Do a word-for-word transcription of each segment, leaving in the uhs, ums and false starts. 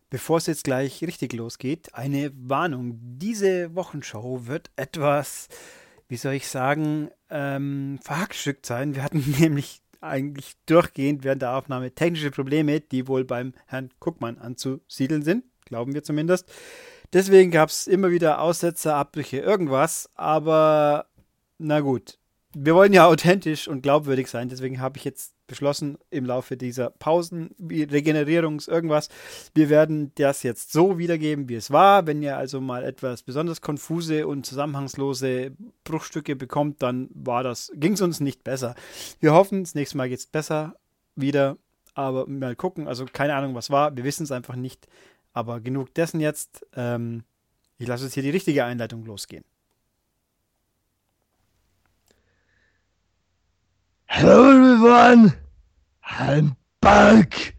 Bevor es jetzt gleich richtig losgeht, eine Warnung. Diese Wochenshow wird etwas, wie soll ich sagen, ähm, verhackstückt sein. Wir hatten nämlich eigentlich durchgehend während der Aufnahme technische Probleme, die wohl beim Herrn Kuckmann anzusiedeln sind, glauben wir zumindest. Deswegen gab es immer wieder Aussetzer, Abbrüche, irgendwas. Aber na gut, wir wollen ja authentisch und glaubwürdig sein. Deswegen habe ich jetzt beschlossen, im Laufe dieser Pausen, wie Regenerierungs, irgendwas, wir werden das jetzt so wiedergeben, wie es war. Wenn ihr also mal etwas besonders konfuse und zusammenhangslose Bruchstücke bekommt, dann war das, ging es uns nicht besser. Wir hoffen, das nächste Mal geht es besser wieder, aber mal gucken. Also keine Ahnung, was war. Wir wissen es einfach nicht. Aber genug dessen jetzt. Ähm, ich lasse jetzt hier die richtige Einleitung losgehen. Hello everyone, I'm back.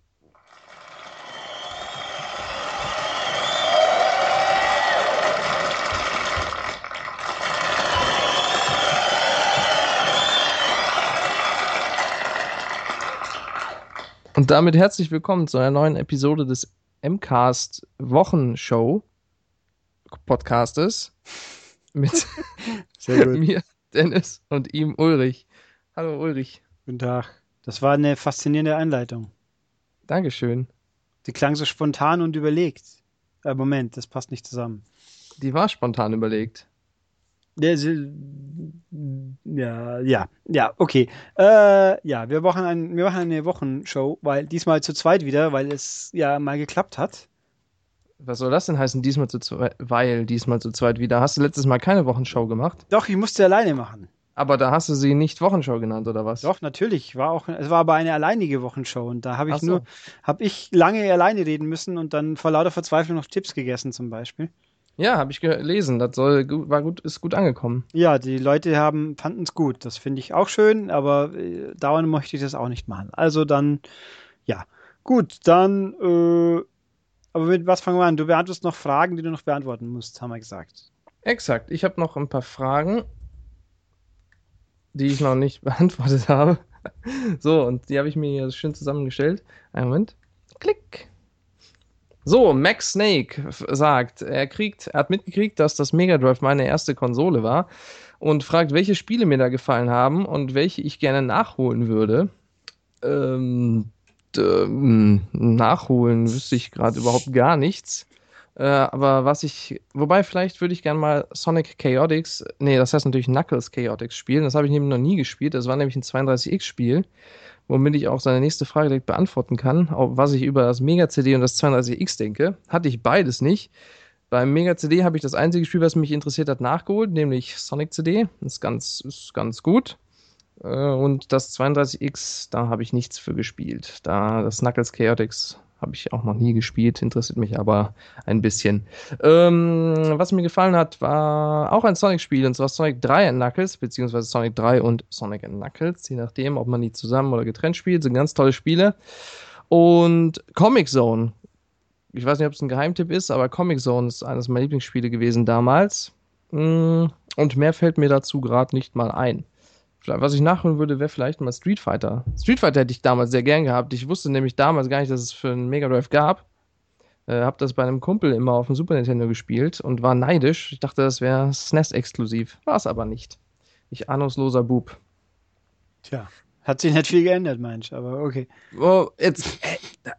Und damit herzlich willkommen zu einer neuen Episode des M-Cast Wochenshow Podcastes mit Sehr gut. mir, Dennis, und ihm, Ulrich. Hallo Ulrich. Guten Tag. Das war eine faszinierende Einleitung. Dankeschön. Die klang so spontan und überlegt. Äh, Moment, das passt nicht zusammen. Die war spontan überlegt. Ja, sie- ja, ja, ja, okay. Äh, ja, wir machen, ein, wir machen eine Wochenshow, weil diesmal zu zweit wieder, weil es ja mal geklappt hat. Was soll das denn heißen, diesmal zu zweit, weil diesmal zu zweit wieder? Hast du letztes Mal keine Wochenshow gemacht? Doch, ich musste alleine machen. Aber da hast du sie nicht Wochenshow genannt, oder was? Doch, natürlich. War auch, es war aber eine alleinige Wochenshow und da habe Ach ich nur, so. habe ich lange alleine reden müssen und dann vor lauter Verzweiflung noch Chips gegessen zum Beispiel. Ja, habe ich gelesen. Das soll gut, war gut, ist gut angekommen. Ja, die Leute haben, fanden es gut. Das finde ich auch schön, aber äh, dauernd möchte ich das auch nicht machen. Also dann, ja. Gut, dann, äh, aber mit was fangen wir an? Du beantwortest noch Fragen, die du noch beantworten musst, haben wir gesagt. Exakt. Ich habe noch ein paar Fragen, die ich noch nicht beantwortet habe. So, und die habe ich mir hier schön zusammengestellt. Einen Moment. Klick. So, Max Snake f- sagt, er kriegt, er hat mitgekriegt, dass das Mega Drive meine erste Konsole war und fragt, welche Spiele mir da gefallen haben und welche ich gerne nachholen würde. Ähm, d- ähm, nachholen wüsste ich gerade überhaupt gar nichts. Äh, aber was ich, wobei vielleicht würde ich gerne mal Sonic Chaotix, nee, das heißt natürlich Knuckles Chaotix spielen. Das habe ich nämlich noch nie gespielt. Das war nämlich ein zweiunddreißig X-Spiel, womit ich auch seine nächste Frage direkt beantworten kann, auch was ich über das Mega-C D und das zweiunddreißig X denke. Hatte ich beides nicht. Beim Mega-C D habe ich das einzige Spiel, was mich interessiert hat, nachgeholt, nämlich Sonic C D. Ist ganz, ist ganz gut. Äh, Und das zweiunddreißig X, da habe ich nichts für gespielt. Da, das Knuckles Chaotix habe ich auch noch nie gespielt, interessiert mich aber ein bisschen. Ähm, was mir gefallen hat, war auch ein Sonic-Spiel, und zwar Sonic drei and Knuckles, beziehungsweise Sonic drei und Sonic and Knuckles, je nachdem, ob man die zusammen oder getrennt spielt, sind ganz tolle Spiele. Und Comic Zone, ich weiß nicht, ob es ein Geheimtipp ist, aber Comic Zone ist eines meiner Lieblingsspiele gewesen damals. Mm, Und mehr fällt mir dazu gerade nicht mal ein. Vielleicht- Was ich nachholen würde, wäre vielleicht mal Street Fighter. Street Fighter hätte ich damals sehr gern gehabt. Ich wusste nämlich damals gar nicht, dass es für einen Mega Drive gab. Äh, hab das bei einem Kumpel immer auf dem Super Nintendo gespielt und war neidisch. Ich dachte, das wäre S N E S-exklusiv. War es aber nicht. Ich ahnungsloser Bub. Tja, hat sich nicht viel geändert, meinst du, aber okay. Oh, jetzt. Äh,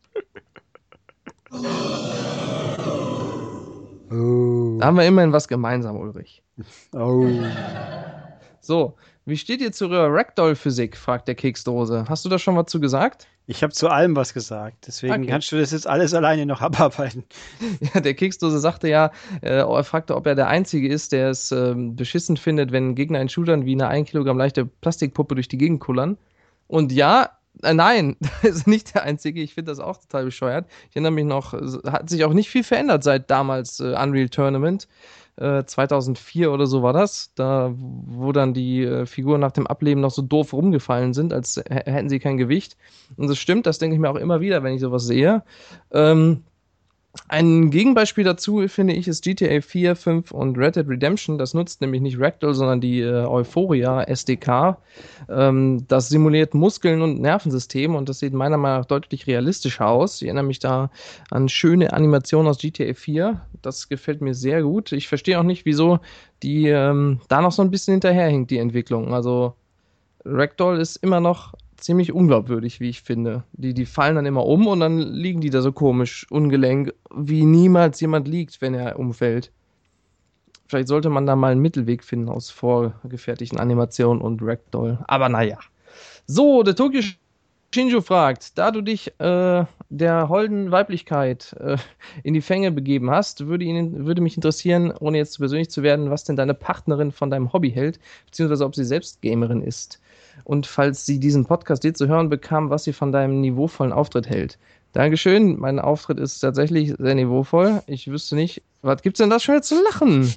da Oh, haben wir immerhin was gemeinsam, Ulrich. oh. So, wie steht ihr zur Ragdoll-Physik? Fragt der Keksdose. Hast du da schon was zu gesagt? Ich habe zu allem was gesagt, deswegen Okay. kannst du das jetzt alles alleine noch abarbeiten. Ja, der Keksdose sagte ja, äh, er fragte, ob er der Einzige ist, der es ähm, beschissen findet, wenn Gegner in Shootern wie eine ein Kilogramm leichte Plastikpuppe durch die Gegend kullern. Und ja, äh, nein, er ist nicht der Einzige. Ich finde das auch total bescheuert. Ich erinnere mich noch, es hat sich auch nicht viel verändert seit damals äh, Unreal Tournament. Äh, zweitausendvier oder so war das, da wo dann die äh, Figuren nach dem Ableben noch so doof rumgefallen sind, als h- hätten sie kein Gewicht. Und das stimmt, das denke ich mir auch immer wieder, wenn ich sowas sehe. Ähm, Ein Gegenbeispiel dazu, finde ich, ist G T A vier, fünf und Red Dead Redemption. Das nutzt nämlich nicht Ragdoll, sondern die äh, Euphoria S D K. Ähm, das simuliert Muskeln und Nervensystem und das sieht meiner Meinung nach deutlich realistischer aus. Ich erinnere mich da an schöne Animationen aus G T A vier. Das gefällt mir sehr gut. Ich verstehe auch nicht, wieso die ähm, da noch so ein bisschen hinterherhinkt, die Entwicklung. Also Ragdoll ist immer noch ziemlich unglaubwürdig, wie ich finde. Die, die fallen dann immer um und dann liegen die da so komisch, ungelenk, wie niemals jemand liegt, wenn er umfällt. Vielleicht sollte man da mal einen Mittelweg finden aus vorgefertigten Animationen und Ragdoll. Aber naja. So, der Tokyo Shinjo fragt, da du dich äh, der holden Weiblichkeit äh, in die Fänge begeben hast, würde, ihn, würde mich interessieren, ohne jetzt zu persönlich zu werden, was denn deine Partnerin von deinem Hobby hält, beziehungsweise ob sie selbst Gamerin ist. Und falls sie diesen Podcast dir zu hören bekam, was sie von deinem niveauvollen Auftritt hält. Dankeschön, mein Auftritt ist tatsächlich sehr niveauvoll. Ich wüsste nicht, was gibt's denn da schon zu lachen?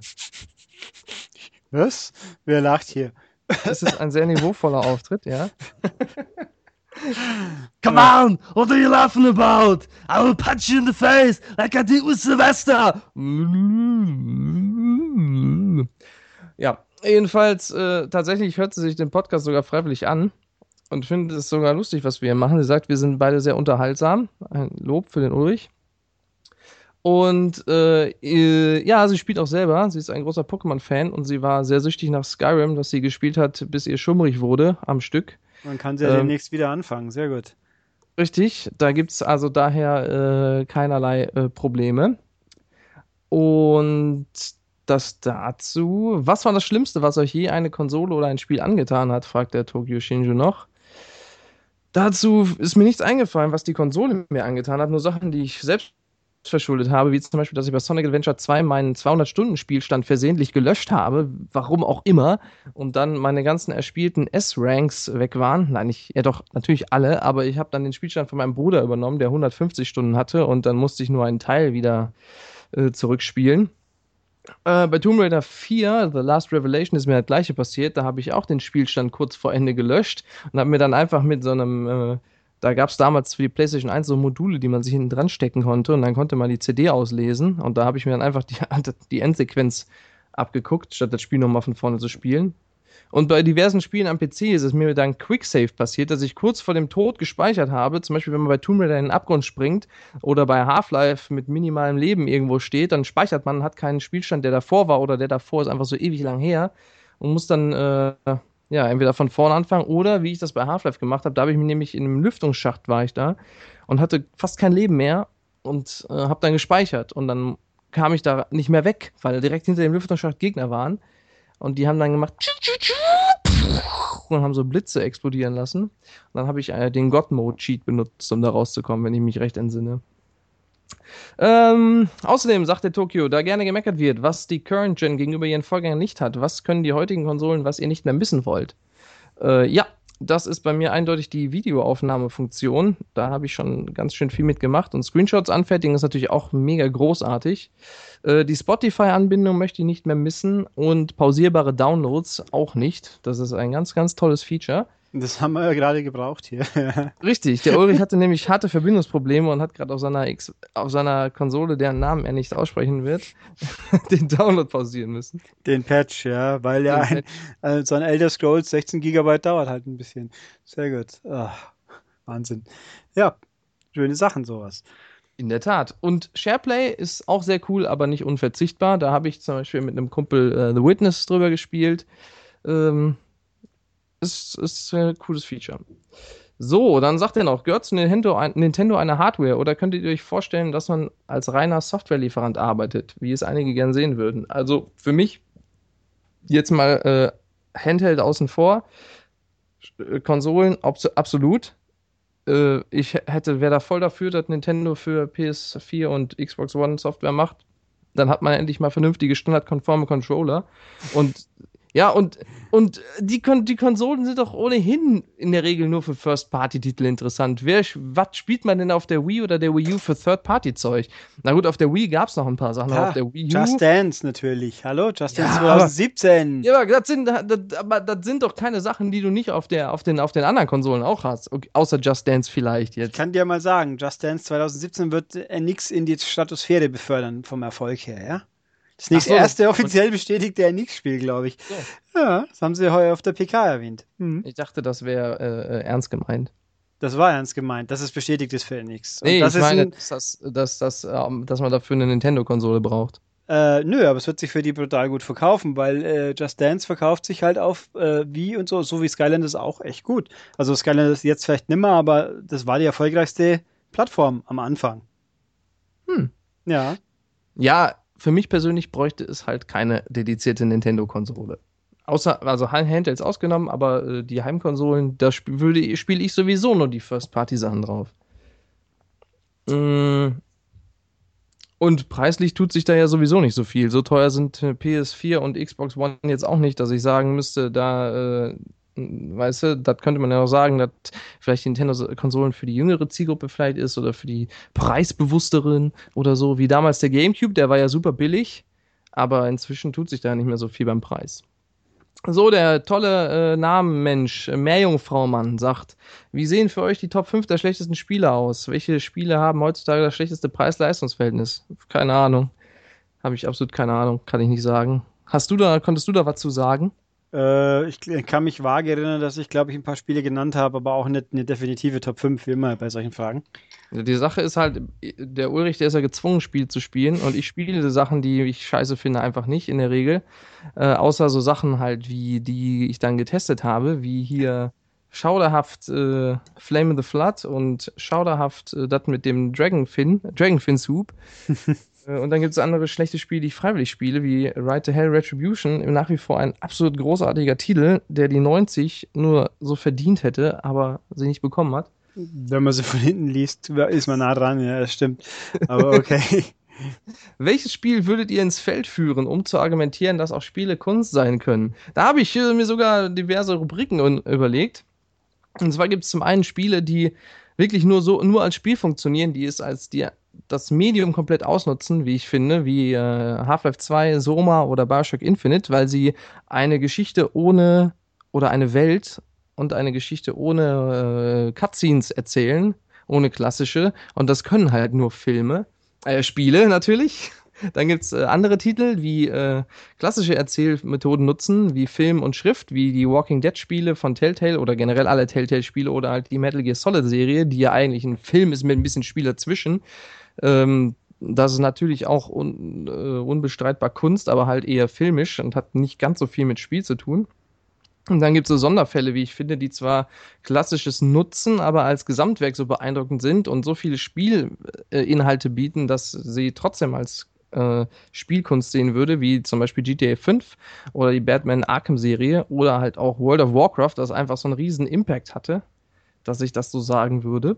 Was? Wer lacht hier? Es ist ein sehr niveauvoller Auftritt, ja. Come on, what are you laughing about? I will punch you in the face like I did with Sylvester. Ja, jedenfalls, äh, tatsächlich hört sie sich den Podcast sogar freiwillig an und findet es sogar lustig, was wir hier machen. Sie sagt, wir sind beide sehr unterhaltsam. Ein Lob für den Ulrich. Und äh, äh, ja, sie spielt auch selber. Sie ist ein großer Pokémon-Fan und sie war sehr süchtig nach Skyrim, das sie gespielt hat, bis ihr schummrig wurde am Stück. Man kann sie ja Ähm, demnächst wieder anfangen. Sehr gut. Richtig, da gibt es also daher äh, keinerlei äh, Probleme. Und das dazu. Was war das Schlimmste, was euch je eine Konsole oder ein Spiel angetan hat, fragt der Tokyo Shinju noch. Dazu ist mir nichts eingefallen, was die Konsole mir angetan hat, nur Sachen, die ich selbst verschuldet habe, wie zum Beispiel, dass ich bei Sonic Adventure zwei meinen zweihundert-Stunden-Spielstand versehentlich gelöscht habe, warum auch immer, und dann meine ganzen erspielten S-Ranks weg waren. Nein, ich, ja doch, natürlich alle, aber ich habe dann den Spielstand von meinem Bruder übernommen, der hundertfünfzig Stunden hatte, und dann musste ich nur einen Teil wieder äh, zurückspielen. Äh, bei Tomb Raider vier, The Last Revelation, ist mir das gleiche passiert. Da habe ich auch den Spielstand kurz vor Ende gelöscht und habe mir dann einfach mit so einem, äh, da gab es damals für die PlayStation eins so Module, die man sich hinten dran stecken konnte und dann konnte man die C D auslesen und da habe ich mir dann einfach die, die Endsequenz abgeguckt, statt das Spiel nochmal von vorne zu spielen. Und bei diversen Spielen am P C ist es mir dann Quicksave passiert, dass ich kurz vor dem Tod gespeichert habe. Zum Beispiel, wenn man bei Tomb Raider in den Abgrund springt oder bei Half-Life mit minimalem Leben irgendwo steht, dann speichert man, hat keinen Spielstand, der davor war oder der davor ist einfach so ewig lang her und muss dann äh, ja entweder von vorne anfangen oder, wie ich das bei Half-Life gemacht habe, da habe ich mich nämlich in einem Lüftungsschacht war ich da und hatte fast kein Leben mehr und äh, habe dann gespeichert und dann kam ich da nicht mehr weg, weil direkt hinter dem Lüftungsschacht Gegner waren. Und die haben dann gemacht und haben so Blitze explodieren lassen. Und dann habe ich äh, den God-Mode-Cheat benutzt, um da rauszukommen, wenn ich mich recht entsinne. Ähm, außerdem sagt der Tokyo, da gerne gemeckert wird, was die Current Gen gegenüber ihren Vorgängern nicht hat. Was können die heutigen Konsolen, was ihr nicht mehr missen wollt? Äh, ja, das ist bei mir eindeutig die Videoaufnahmefunktion. Da habe ich schon ganz schön viel mitgemacht. Und Screenshots anfertigen ist natürlich auch mega großartig. Äh, die Spotify-Anbindung möchte ich nicht mehr missen. Und pausierbare Downloads auch nicht. Das ist ein ganz, ganz tolles Feature. Das haben wir ja gerade gebraucht hier. Richtig, der Ulrich hatte nämlich harte Verbindungsprobleme und hat gerade auf seiner X, auf seiner Konsole, deren Namen er nicht aussprechen wird, den Download pausieren müssen. Den Patch, ja, weil ja ein, äh, so ein Elder Scrolls sechzehn Gigabyte dauert halt ein bisschen. Sehr gut. Ach, Wahnsinn. Ja, schöne Sachen sowas. In der Tat. Und SharePlay ist auch sehr cool, aber nicht unverzichtbar. Da habe ich zum Beispiel mit einem Kumpel äh, The Witness drüber gespielt. Ähm, ist, ist ein cooles Feature. So, dann sagt er noch, gehört zu Nintendo, ein, Nintendo eine Hardware oder könntet ihr euch vorstellen, dass man als reiner Softwarelieferant arbeitet, wie es einige gern sehen würden? Also für mich jetzt mal äh, Handheld außen vor, Konsolen absolut. Äh, ich hätte, wäre da voll dafür, dass Nintendo für P S vier und Xbox One Software macht. Dann hat man endlich mal vernünftige, standardkonforme Controller. Und Ja, und, und die, Kon- die Konsolen sind doch ohnehin in der Regel nur für First-Party-Titel interessant. Wer, was spielt man denn auf der Wii oder der Wii U für Third-Party-Zeug? Na gut, auf der Wii gab es noch ein paar Sachen, aber auf Ja, der Wii U. Just Dance natürlich. Hallo, Just Dance Ja, aber- zwanzig siebzehn. Ja, aber das sind, das, aber das sind doch keine Sachen, die du nicht auf, der, auf, den, auf den anderen Konsolen auch hast. Okay, außer Just Dance vielleicht Ich jetzt. kann dir mal sagen, Just Dance zwanzig siebzehn wird N X in die Stratosphäre befördern, vom Erfolg her, ja? Das nächste Ach so. erste offiziell bestätigte N X-Spiel, glaube ich. So. Ja, das haben sie heuer auf der P K erwähnt. Mhm. Ich dachte, das wäre äh, äh, ernst gemeint. Das war ernst gemeint, dass es bestätigt ist für N X. Und Nee, das ich ist meine, ein, dass, das, dass, dass, ähm, dass man dafür eine Nintendo-Konsole braucht. äh, nö, aber es wird sich für die brutal gut verkaufen, weil äh, Just Dance verkauft sich halt auf äh, Wii und so, so wie Skylanders auch echt gut. Also Skylanders jetzt vielleicht nimmer, aber das war die erfolgreichste Plattform am Anfang. Hm. Ja, Ja, für mich persönlich bräuchte es halt keine dedizierte Nintendo-Konsole. Außer, also Handhelds ausgenommen, aber äh, die Heimkonsolen, da sp würde, spiele ich sowieso nur die First-Party-Sachen drauf. Mm. Und preislich tut sich da ja sowieso nicht so viel. So teuer sind äh, P S vier und Xbox One jetzt auch nicht, dass ich sagen müsste, da, äh, weißt du, das könnte man ja auch sagen, dass vielleicht die Nintendo-Konsolen für die jüngere Zielgruppe vielleicht ist oder für die preisbewussteren oder so, wie damals der GameCube, der war ja super billig, aber inzwischen tut sich da nicht mehr so viel beim Preis. So, der tolle äh, Namenmensch, äh, Meerjungfraumann, sagt, wie sehen für euch die Top fünf der schlechtesten Spiele aus? Welche Spiele haben heutzutage das schlechteste Preis-Leistungs-Verhältnis? Keine Ahnung. Habe ich absolut keine Ahnung, kann ich nicht sagen. Hast du da, konntest du da was zu sagen? äh, ich k- kann mich vage erinnern, dass ich, glaube ich, ein paar Spiele genannt habe, aber auch nicht eine definitive Top fünf, wie immer bei solchen Fragen. Die Sache ist halt, der Ulrich, der ist ja gezwungen, Spiele zu spielen und ich spiele Sachen, die ich scheiße finde, einfach nicht in der Regel. Äh, außer so Sachen halt, wie die ich dann getestet habe, wie hier schauderhaft äh, Flame in the Flood und schauderhaft äh, das mit dem Dragonfin, Dragonfin Soup. Äh, und dann gibt es andere schlechte Spiele, die ich freiwillig spiele, wie Ride to Hell Retribution, nach wie vor ein absolut großartiger Titel, der die neunzig nur so verdient hätte, aber sie nicht bekommen hat. Wenn man sie von hinten liest, ist man nah dran, ja, das stimmt. Aber okay. Welches Spiel würdet ihr ins Feld führen, um zu argumentieren, dass auch Spiele Kunst sein können? Da habe ich äh, mir sogar diverse Rubriken un- überlegt. Und zwar gibt es zum einen Spiele, die wirklich nur so nur als Spiel funktionieren, die es als die das Medium komplett ausnutzen, wie ich finde, wie äh, Half-Life zwei, Soma oder Bioshock Infinite, weil sie eine Geschichte ohne oder eine Welt und eine Geschichte ohne äh, Cutscenes erzählen, ohne klassische. Und das können halt nur Filme, äh, Spiele natürlich. Dann gibt es äh, andere Titel, wie äh, klassische Erzählmethoden nutzen, wie Film und Schrift, wie die Walking Dead-Spiele von Telltale oder generell alle Telltale-Spiele oder halt die Metal Gear Solid-Serie, die ja eigentlich ein Film ist mit ein bisschen Spiel dazwischen. Ähm, das ist natürlich auch un, äh, unbestreitbar Kunst, aber halt eher filmisch und hat nicht ganz so viel mit Spiel zu tun. Und dann gibt es so Sonderfälle, wie ich finde, die zwar klassisches nutzen, aber als Gesamtwerk so beeindruckend sind und so viele Spielinhalte bieten, dass sie trotzdem als äh, Spielkunst sehen würde, wie zum Beispiel G T A fünf oder die Batman Arkham-Serie oder halt auch World of Warcraft, das einfach so einen riesen Impact hatte, dass ich das so sagen würde.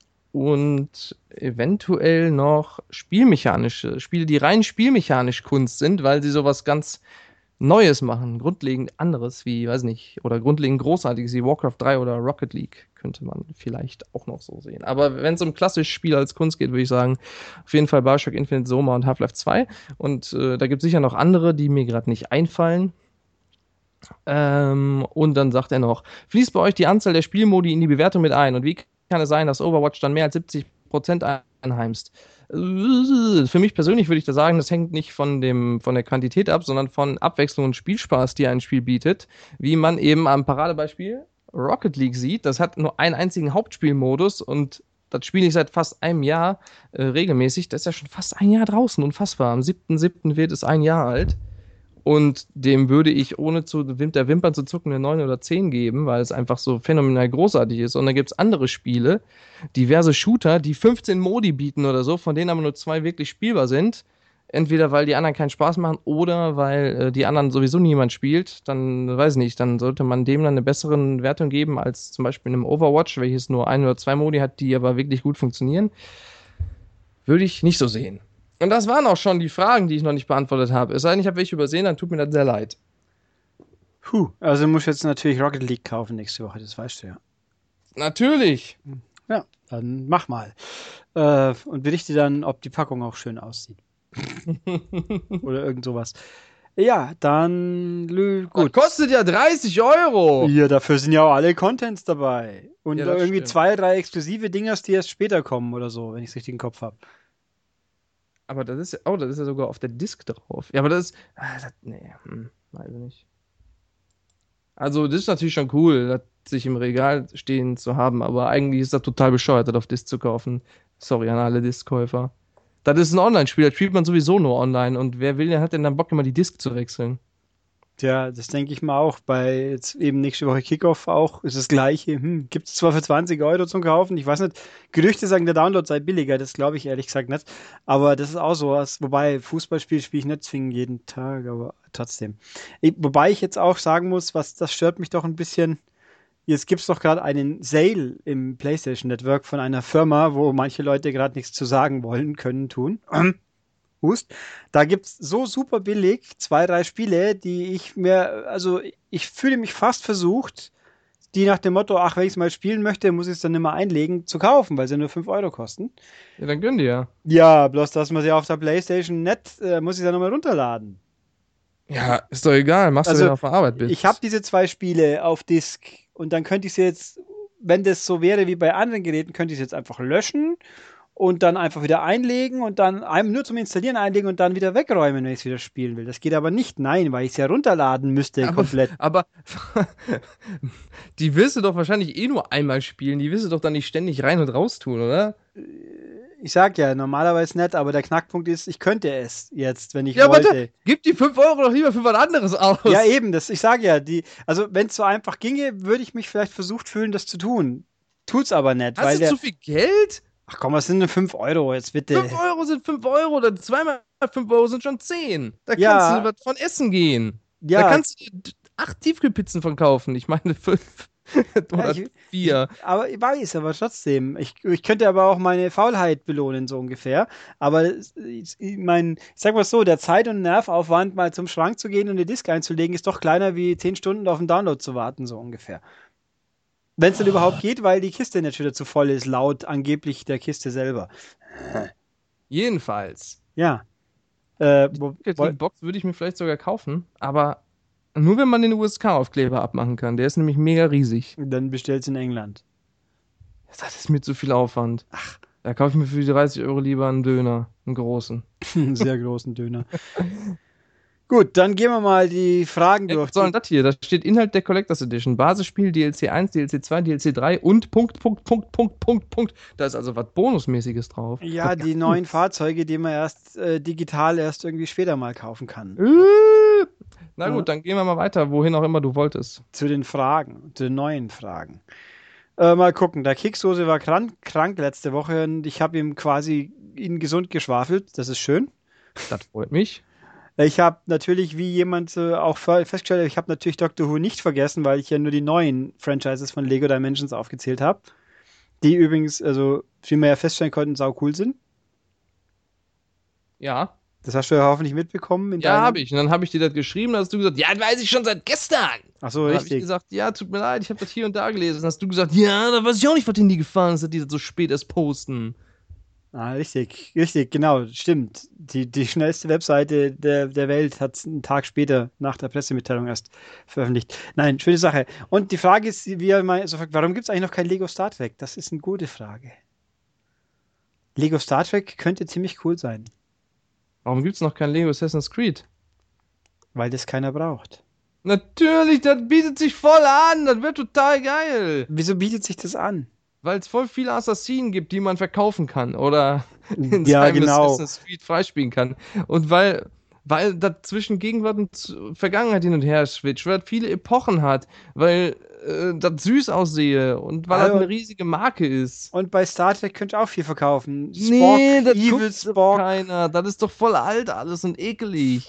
Und eventuell noch spielmechanische Spiele, die rein spielmechanisch Kunst sind, weil sie sowas ganz Neues machen, grundlegend anderes, wie, weiß nicht, oder grundlegend Großartiges wie Warcraft drei oder Rocket League, könnte man vielleicht auch noch so sehen. Aber wenn es um klassisches Spiel als Kunst geht, würde ich sagen, auf jeden Fall Bioshock Infinite, Soma und Half-Life zwei. Und äh, da gibt es sicher noch andere, die mir gerade nicht einfallen. Ähm, und dann sagt er noch, fließt bei euch die Anzahl der Spielmodi in die Bewertung mit ein? Und wie kann es sein, dass Overwatch dann mehr als siebzig Prozent einheimst? Für mich persönlich würde ich da sagen, das hängt nicht von, dem, von der Quantität ab, sondern von Abwechslung und Spielspaß, die ein Spiel bietet. Wie man eben am Paradebeispiel Rocket League sieht, das hat nur einen einzigen Hauptspielmodus und das spiele ich seit fast einem Jahr äh, regelmäßig. Das ist ja schon fast ein Jahr draußen, unfassbar. Am siebten siebten wird es ein Jahr alt. Und dem würde ich, ohne zu der Wimpern zu zucken, eine neun oder zehn geben, weil es einfach so phänomenal großartig ist. Und dann gibt es andere Spiele, diverse Shooter, die fünfzehn Modi bieten oder so, von denen aber nur zwei wirklich spielbar sind. Entweder weil die anderen keinen Spaß machen oder weil äh, die anderen sowieso niemand spielt. Dann, weiß ich nicht, dann sollte man dem dann eine bessere Wertung geben als zum Beispiel einem Overwatch, welches nur ein oder zwei Modi hat, die aber wirklich gut funktionieren. Würde ich nicht so sehen. Und das waren auch schon die Fragen, die ich noch nicht beantwortet habe. Es sei denn, ich habe welche übersehen, dann tut mir das sehr leid. Puh, also muss ich jetzt natürlich Rocket League kaufen nächste Woche, das weißt du ja. Natürlich. Ja, dann mach mal. Äh, und berichte dann, ob die Packung auch schön aussieht. Oder irgend sowas. Ja, dann lö, Das gut. kostet ja dreißig Euro. Ja, dafür sind ja auch alle Contents dabei. Und Ja, das irgendwie stimmt. zwei, drei exklusive Dingers, die erst später kommen oder so, wenn ich es richtig im Kopf habe. Aber das ist ja, oh, das ist ja sogar auf der Disc drauf. Ja, aber das ist, ah, das, nee, hm, weiß ich nicht. Also, das ist natürlich schon cool, das sich im Regal stehen zu haben, aber eigentlich ist das total bescheuert, das auf Disc zu kaufen. Sorry an alle Disc-Käufer. Das ist ein Online-Spiel, das spielt man sowieso nur online und wer will, der hat denn dann Bock, immer die Disc zu wechseln. Tja, das denke ich mal auch. Bei jetzt eben nächste Woche Kickoff auch ist das Gleiche. Hm, gibt es zwar für zwanzig Euro zum Kaufen, ich weiß nicht. Gerüchte sagen, der Download sei billiger, das glaube ich ehrlich gesagt nicht. Aber das ist auch sowas. Wobei, Fußballspiel spiele ich nicht zwingend jeden Tag, aber trotzdem. Ich, wobei ich jetzt auch sagen muss, was das stört mich doch ein bisschen. Jetzt gibt es doch gerade einen Sale im PlayStation Network von einer Firma, wo manche Leute gerade nichts zu sagen wollen, können, tun. Hust. Da gibt es so super billig zwei, drei Spiele, die ich mir, also ich fühle mich fast versucht, die nach dem Motto, ach, wenn ich es mal spielen möchte, muss ich es dann immer einlegen, zu kaufen, weil sie nur fünf Euro kosten. Ja, dann gönn dir ja. Ja, bloß, dass man sie auf der PlayStation nicht, äh, muss ich dann nochmal runterladen. Ja, ist doch egal, machst du, Also, wenn du auf der Arbeit bist. Ich habe diese zwei Spiele auf Disk und dann könnte ich sie jetzt, wenn das so wäre wie bei anderen Geräten, könnte ich sie jetzt einfach löschen und dann einfach wieder einlegen und dann einem nur zum Installieren einlegen und dann wieder wegräumen, wenn ich es wieder spielen will. Das geht aber nicht, nein, weil ich es ja runterladen müsste aber, komplett. aber die wirst du doch wahrscheinlich eh nur einmal spielen, die wirst du doch dann nicht ständig rein und raus tun, oder? Ich sag ja, normalerweise nicht, aber der Knackpunkt ist, ich könnte es jetzt, wenn ich Ja, wollte. warte, gib die fünf Euro doch lieber für was anderes aus. Ja, eben, das, ich sage ja, die, also wenn es so einfach ginge, würde ich mich vielleicht versucht fühlen, das zu tun. Tut's aber nicht, Hast weil du der, zu viel Geld? ach komm, was sind denn fünf Euro jetzt bitte? fünf Euro sind fünf Euro, oder zweimal fünf Euro sind schon zehn. Da Ja. kannst du was von essen gehen. Da Ja, kannst du dir acht Tiefkühlpizzen von kaufen. Ich meine fünf oder ich- vier. aber ich weiß, aber trotzdem. Ich, ich könnte aber auch meine Faulheit belohnen, so ungefähr. Aber es- ich, ich mein, ich sag mal so, der Zeit- und Nervaufwand, mal zum Schrank zu gehen und eine Disk einzulegen, ist doch kleiner wie zehn Stunden auf den Download zu warten, so ungefähr. Wenn es denn überhaupt geht, weil die Kiste nicht wieder zu voll ist, laut angeblich der Kiste selber. Jedenfalls. Ja. Äh, wo, Die wo, Box würde ich mir vielleicht sogar kaufen, aber nur wenn man den U S K-Aufkleber abmachen kann. Der ist nämlich mega riesig. dann bestellst in England. Das ist mir zu viel Aufwand. Ach, da kaufe ich mir für die dreißig Euro lieber einen Döner, einen großen. Einen sehr großen Döner. Gut, dann gehen wir mal die Fragen Ey, durch. was soll denn das hier? Da steht Inhalt der Collectors Edition. Basisspiel, D L C eins, D L C zwei, D L C drei und Punkt, Punkt, Punkt, Punkt, Punkt, Punkt. Da ist also was Bonusmäßiges drauf. Ja, die neuen Fahrzeuge, die man erst äh, digital erst irgendwie später mal kaufen kann. Äh, Na Ja. gut, dann gehen wir mal weiter, wohin auch immer du wolltest. Zu den Fragen, zu den neuen Fragen. Äh, mal gucken, der Kekssoße war krank, krank letzte Woche und ich habe ihm quasi ihn gesund geschwafelt. Das ist schön. Das freut mich. Ich habe natürlich, wie jemand äh, auch fe- festgestellt hat, ich habe natürlich Doctor Who nicht vergessen, weil ich ja nur die neuen Franchises von Lego Dimensions aufgezählt habe. Die übrigens, also wie wir ja feststellen konnten, sau cool sind. Ja, Das hast du ja hoffentlich mitbekommen. In ja, deinem- habe ich. Und dann habe ich dir das geschrieben, dann hast du gesagt, ja, das weiß ich schon seit gestern. Ach so, Dann habe ich richtig. gesagt, ja, tut mir leid, ich habe das hier und da gelesen. Dann hast du gesagt, ja, da weiß ich auch nicht, was in die gefahren ist, dass die das so spät erst posten. Ah, richtig, richtig, genau, stimmt. Die, die schnellste Webseite der, der Welt hat es einen Tag später nach der Pressemitteilung erst veröffentlicht. Nein, schöne Sache. Und die Frage ist, wie er mal so fragt, warum gibt es eigentlich noch kein Lego Star Trek? Das ist eine gute Frage. Lego Star Trek könnte ziemlich cool sein, Warum gibt es noch kein Lego Assassin's Creed? weil das keiner braucht. Natürlich, das bietet sich voll an, das wird total geil. Wieso bietet sich das an? Weil es voll viele Assassinen gibt, die man verkaufen kann oder in Ja, seinem genau. Assassin's Creed freispielen kann. Und weil, weil das zwischen Gegenwart und Z- Vergangenheit hin und her switcht, weil das viele Epochen hat, weil äh, das süß aussehe und weil das Also- eine riesige Marke ist. Und bei Star Trek könnt ihr auch viel verkaufen. Nee, das Evil guckt doch Spock. keiner. Das ist doch voll alt alles und ekelig.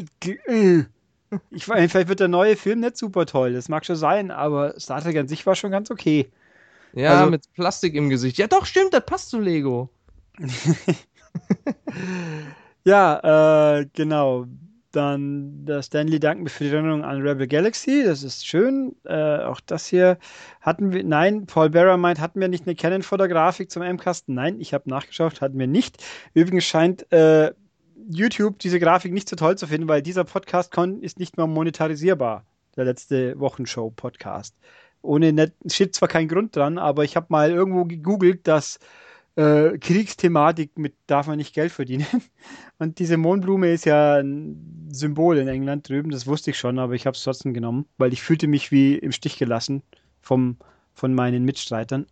Ich weiß, vielleicht wird der neue Film nicht super toll, das mag schon sein, aber Star Trek an sich war schon ganz okay. Ja, Also- mit Plastik im Gesicht. Ja, doch, stimmt, das passt zu Lego. Ja, äh, genau. dann der Stanley dankt mir für die Erinnerung an Rebel Galaxy. Das ist schön. Äh, auch das hier hatten wir. Nein, Paul Bearer meint, hatten wir nicht eine Canon-Fotografik zum M-Cast? Nein, ich habe nachgeschaut, hatten wir nicht. Übrigens scheint äh, YouTube diese Grafik nicht so toll zu finden, weil dieser Podcast kon- ist nicht mehr monetarisierbar. Der letzte Wochenshow-Podcast. Ohne net, steht zwar kein Grund dran, aber ich habe mal irgendwo gegoogelt, dass äh, Kriegsthematik mit darf man nicht Geld verdienen. Und diese Mohnblume ist ja ein Symbol in England drüben, das wusste ich schon, aber ich habe es trotzdem genommen, weil ich fühlte mich wie im Stich gelassen vom, von meinen Mitstreitern.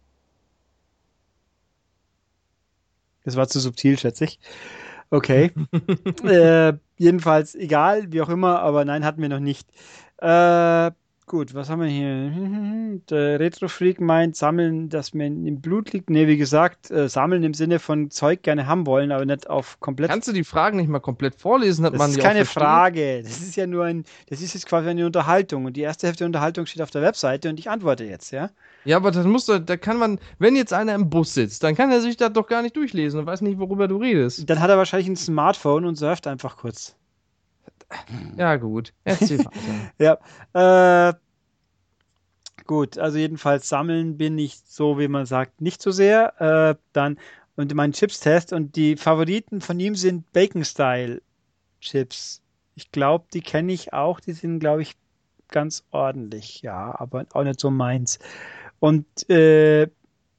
Das war zu subtil, schätze ich. Okay. äh, jedenfalls, egal, wie auch immer, aber nein, hatten wir noch nicht. Äh, gut, was haben wir hier? Der Retro-Freak meint, sammeln, dass mir im Blut liegt. Ne, wie gesagt, äh, sammeln im Sinne von Zeug gerne haben wollen, aber nicht auf komplett. Kannst du die Fragen nicht mal komplett vorlesen, dass Das man ist die keine auch versteht? Frage. Das ist ja nur ein, das ist jetzt quasi eine Unterhaltung. Und die erste Hälfte der Unterhaltung steht auf der Webseite und ich antworte jetzt, ja? Ja, aber das muss doch, da kann man, wenn jetzt einer im Bus sitzt, dann kann er sich das doch gar nicht durchlesen und weiß nicht, worüber du redest. Dann hat er wahrscheinlich ein Smartphone und surft einfach kurz. Ja, gut. Erzähl weiter. Ja, äh, gut, also jedenfalls sammeln bin ich so, wie man sagt, nicht so sehr. Äh, dann, und mein Chips-Test und die Favoriten von ihm sind Bacon-Style-Chips. Ich glaube, die kenne ich auch, die sind, glaube ich, ganz ordentlich, ja, aber auch nicht so meins. Und äh,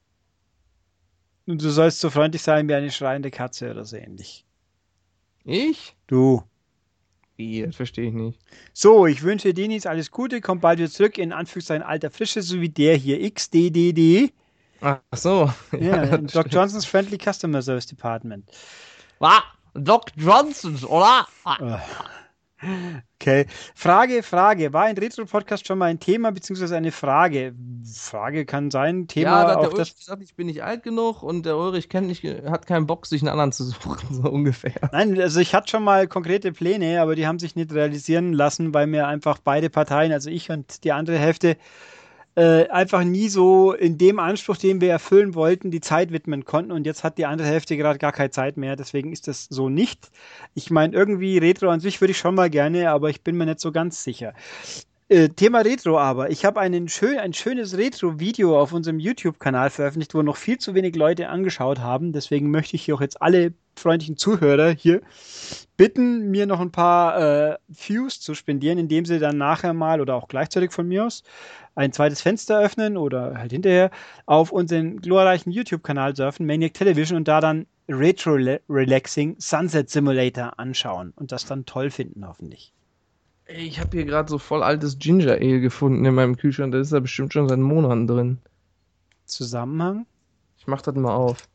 du sollst so freundlich sein wie eine schreiende Katze oder so ähnlich. Ich? Du. Wie? Das verstehe ich nicht. So, ich wünsche Denis alles Gute, kommt bald wieder zurück in Anführungszeichen alter Frische, so wie der hier, X D D D. Ach so. Ja, das Doc stimmt. Johnson's Friendly Customer Service Department. Was? Doc Johnsons, oder? Ah. Okay. Frage, Frage. War ein Retro-Podcast schon mal ein Thema, beziehungsweise eine Frage? Frage kann sein, Thema Ja, da hat der auch das. Ulrich gesagt, ich bin nicht alt genug und der Ulrich kennt nicht, hat keinen Bock, sich einen anderen zu suchen, so ungefähr. Nein, also ich hatte schon mal konkrete Pläne, aber die haben sich nicht realisieren lassen, weil mir einfach beide Parteien, also ich und die andere Hälfte, äh, einfach nie so in dem Anspruch, den wir erfüllen wollten, die Zeit widmen konnten. Und jetzt hat die andere Hälfte gerade gar keine Zeit mehr. Deswegen ist das so nicht. Ich meine, irgendwie Retro an sich würde ich schon mal gerne, aber ich bin mir nicht so ganz sicher. Äh, Thema Retro aber. Ich habe einen schön, ein schönes Retro-Video auf unserem YouTube-Kanal veröffentlicht, wo noch viel zu wenig Leute angeschaut haben. Deswegen möchte ich hier auch jetzt alle freundlichen Zuhörer hier bitten, mir noch ein paar äh, Views zu spendieren, indem sie dann nachher mal oder auch gleichzeitig von mir aus ein zweites Fenster öffnen oder halt hinterher auf unseren glorreichen YouTube-Kanal surfen, Maniac Television, und da dann Retro Relaxing Sunset Simulator anschauen und das dann toll finden, hoffentlich. Ey, ich habe hier gerade so voll altes Ginger Ale gefunden in meinem Kühlschrank. Da ist da bestimmt schon seit Monaten drin. Zusammenhang? Ich mach das mal auf.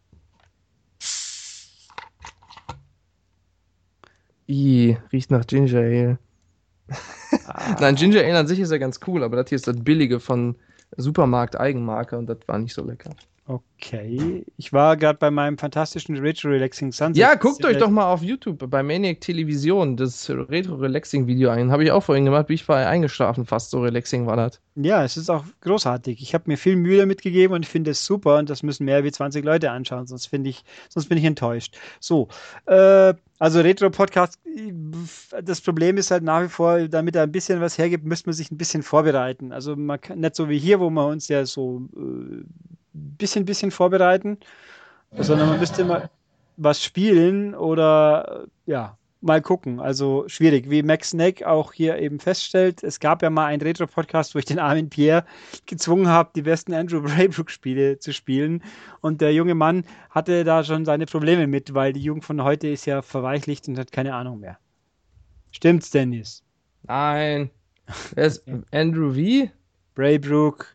Ih, riecht nach Ginger Ale. Ah, Nein, Ginger Ale an sich ist ja ganz cool, aber das hier ist das billige von Supermarkt Eigenmarke und das war nicht so lecker. okay. Ich war gerade bei meinem fantastischen Retro Relaxing Sunset. Ja, guckt euch doch mal auf YouTube bei Maniac Television das Retro-Relaxing-Video ein. Habe ich auch vorhin gemacht, wie ich war eingeschlafen fast, so relaxing war das. Ja, es ist auch großartig. Ich habe mir viel Mühe damit gegeben und ich finde es super und das müssen mehr wie zwanzig Leute anschauen, sonst finde ich, sonst bin ich enttäuscht. So, äh, also Retro-Podcast, das Problem ist halt nach wie vor, damit er ein bisschen was hergibt, müsste man sich ein bisschen vorbereiten. Also man kann, nicht so wie hier, wo wir uns ja so äh, bisschen, bisschen vorbereiten, sondern man müsste mal was spielen oder äh, ja, mal gucken. Also schwierig. Wie Max Snack auch hier eben feststellt, es gab ja mal einen Retro-Podcast, wo ich den armen Pierre gezwungen habe, die besten Andrew Braybrook-Spiele zu spielen. Und der junge Mann hatte da schon seine Probleme mit, weil die Jugend von heute ist ja verweichlicht und hat keine Ahnung mehr. Stimmt's, Dennis? Nein. Wer ist Andrew V? Braybrook.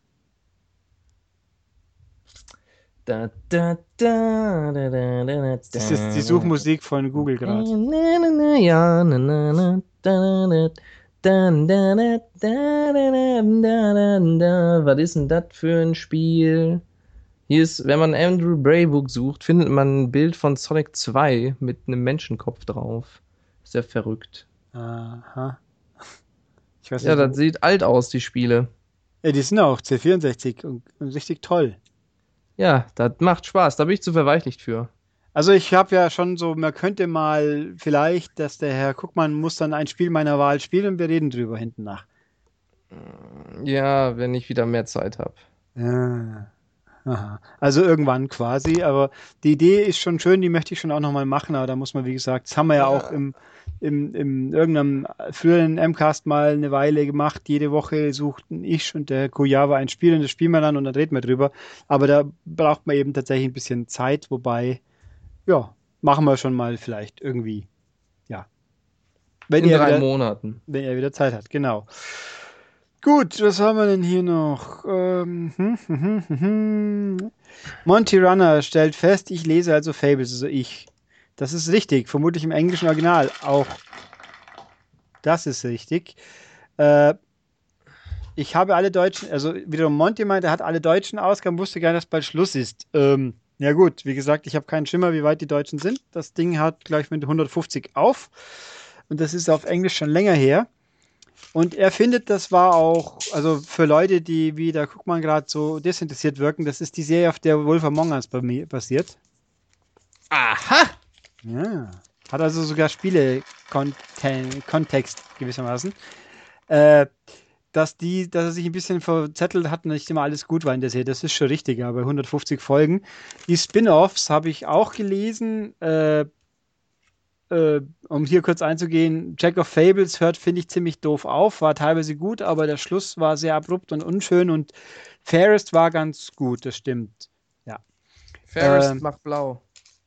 Da, da, da, da, da, da, Das ist die Suchmusik von Google gerade. Ja, na, na, na, da, da, da, da, da, da, da, da, da. Was ist denn das für ein Spiel? Hier ist, wenn man Andrew Braybrook sucht, findet man ein Bild von Sonic zwei mit einem Menschenkopf drauf. Ist ja verrückt. Aha. Ich weiß Ja, nicht, das sieht alt aus, die Spiele. ja, die sind auch C vierundsechzig und, und richtig toll. Ja, das macht Spaß. Da bin ich zu verweichlicht für. Also ich habe ja schon so, man könnte mal vielleicht, dass der Herr Guckmann muss dann ein Spiel meiner Wahl spielen und wir reden drüber hinten nach. Ja, wenn ich wieder mehr Zeit habe. Ja. Aha. Also irgendwann quasi, aber die Idee ist schon schön, die möchte ich schon auch nochmal machen, aber da muss man, wie gesagt, das haben wir ja auch Ja. im, im, im irgendeinem früheren M-Cast mal eine Weile gemacht. Jede Woche suchten ich und der Kojava ein Spiel und das spielen wir dann und dann reden wir drüber. Aber da braucht man eben tatsächlich ein bisschen Zeit, wobei, ja, machen wir schon mal vielleicht irgendwie, ja. Wenn In er drei wieder, Monaten. wenn er wieder Zeit hat, genau. Gut, was haben wir denn hier noch? Ähm, hm, hm, hm, hm, hm. Monty Runner stellt fest, ich lese also Fables, also ich. Das ist richtig, vermutlich im englischen Original. Auch das ist richtig. Äh, ich habe alle deutschen, also wiederum Monty meint, er hat alle deutschen Ausgaben, wusste gar nicht, dass bald Schluss ist. Ähm, ja gut, wie gesagt, ich habe keinen Schimmer, wie weit die Deutschen sind. Das Ding hat gleich mit hundertfünfzig auf und das ist auf Englisch schon länger her. Und er findet, das war auch, also für Leute, die wie der Guckmann gerade so desinteressiert wirken, das ist die Serie, auf der Wolf Among Us bei mir basiert. Aha! Ja. Hat also sogar Spiele-Kontext gewissermaßen. Äh, dass die, dass er sich ein bisschen verzettelt hat und nicht immer alles gut war in der Serie, das ist schon richtig, aber hundertfünfzig Folgen. Die Spin-offs habe ich auch gelesen. Äh, äh, um hier kurz einzugehen, Jack of Fables hört, finde ich, ziemlich doof auf, war teilweise gut, aber der Schluss war sehr abrupt und unschön und Fairest war ganz gut, das stimmt. Ja. Fairest Ähm, macht blau.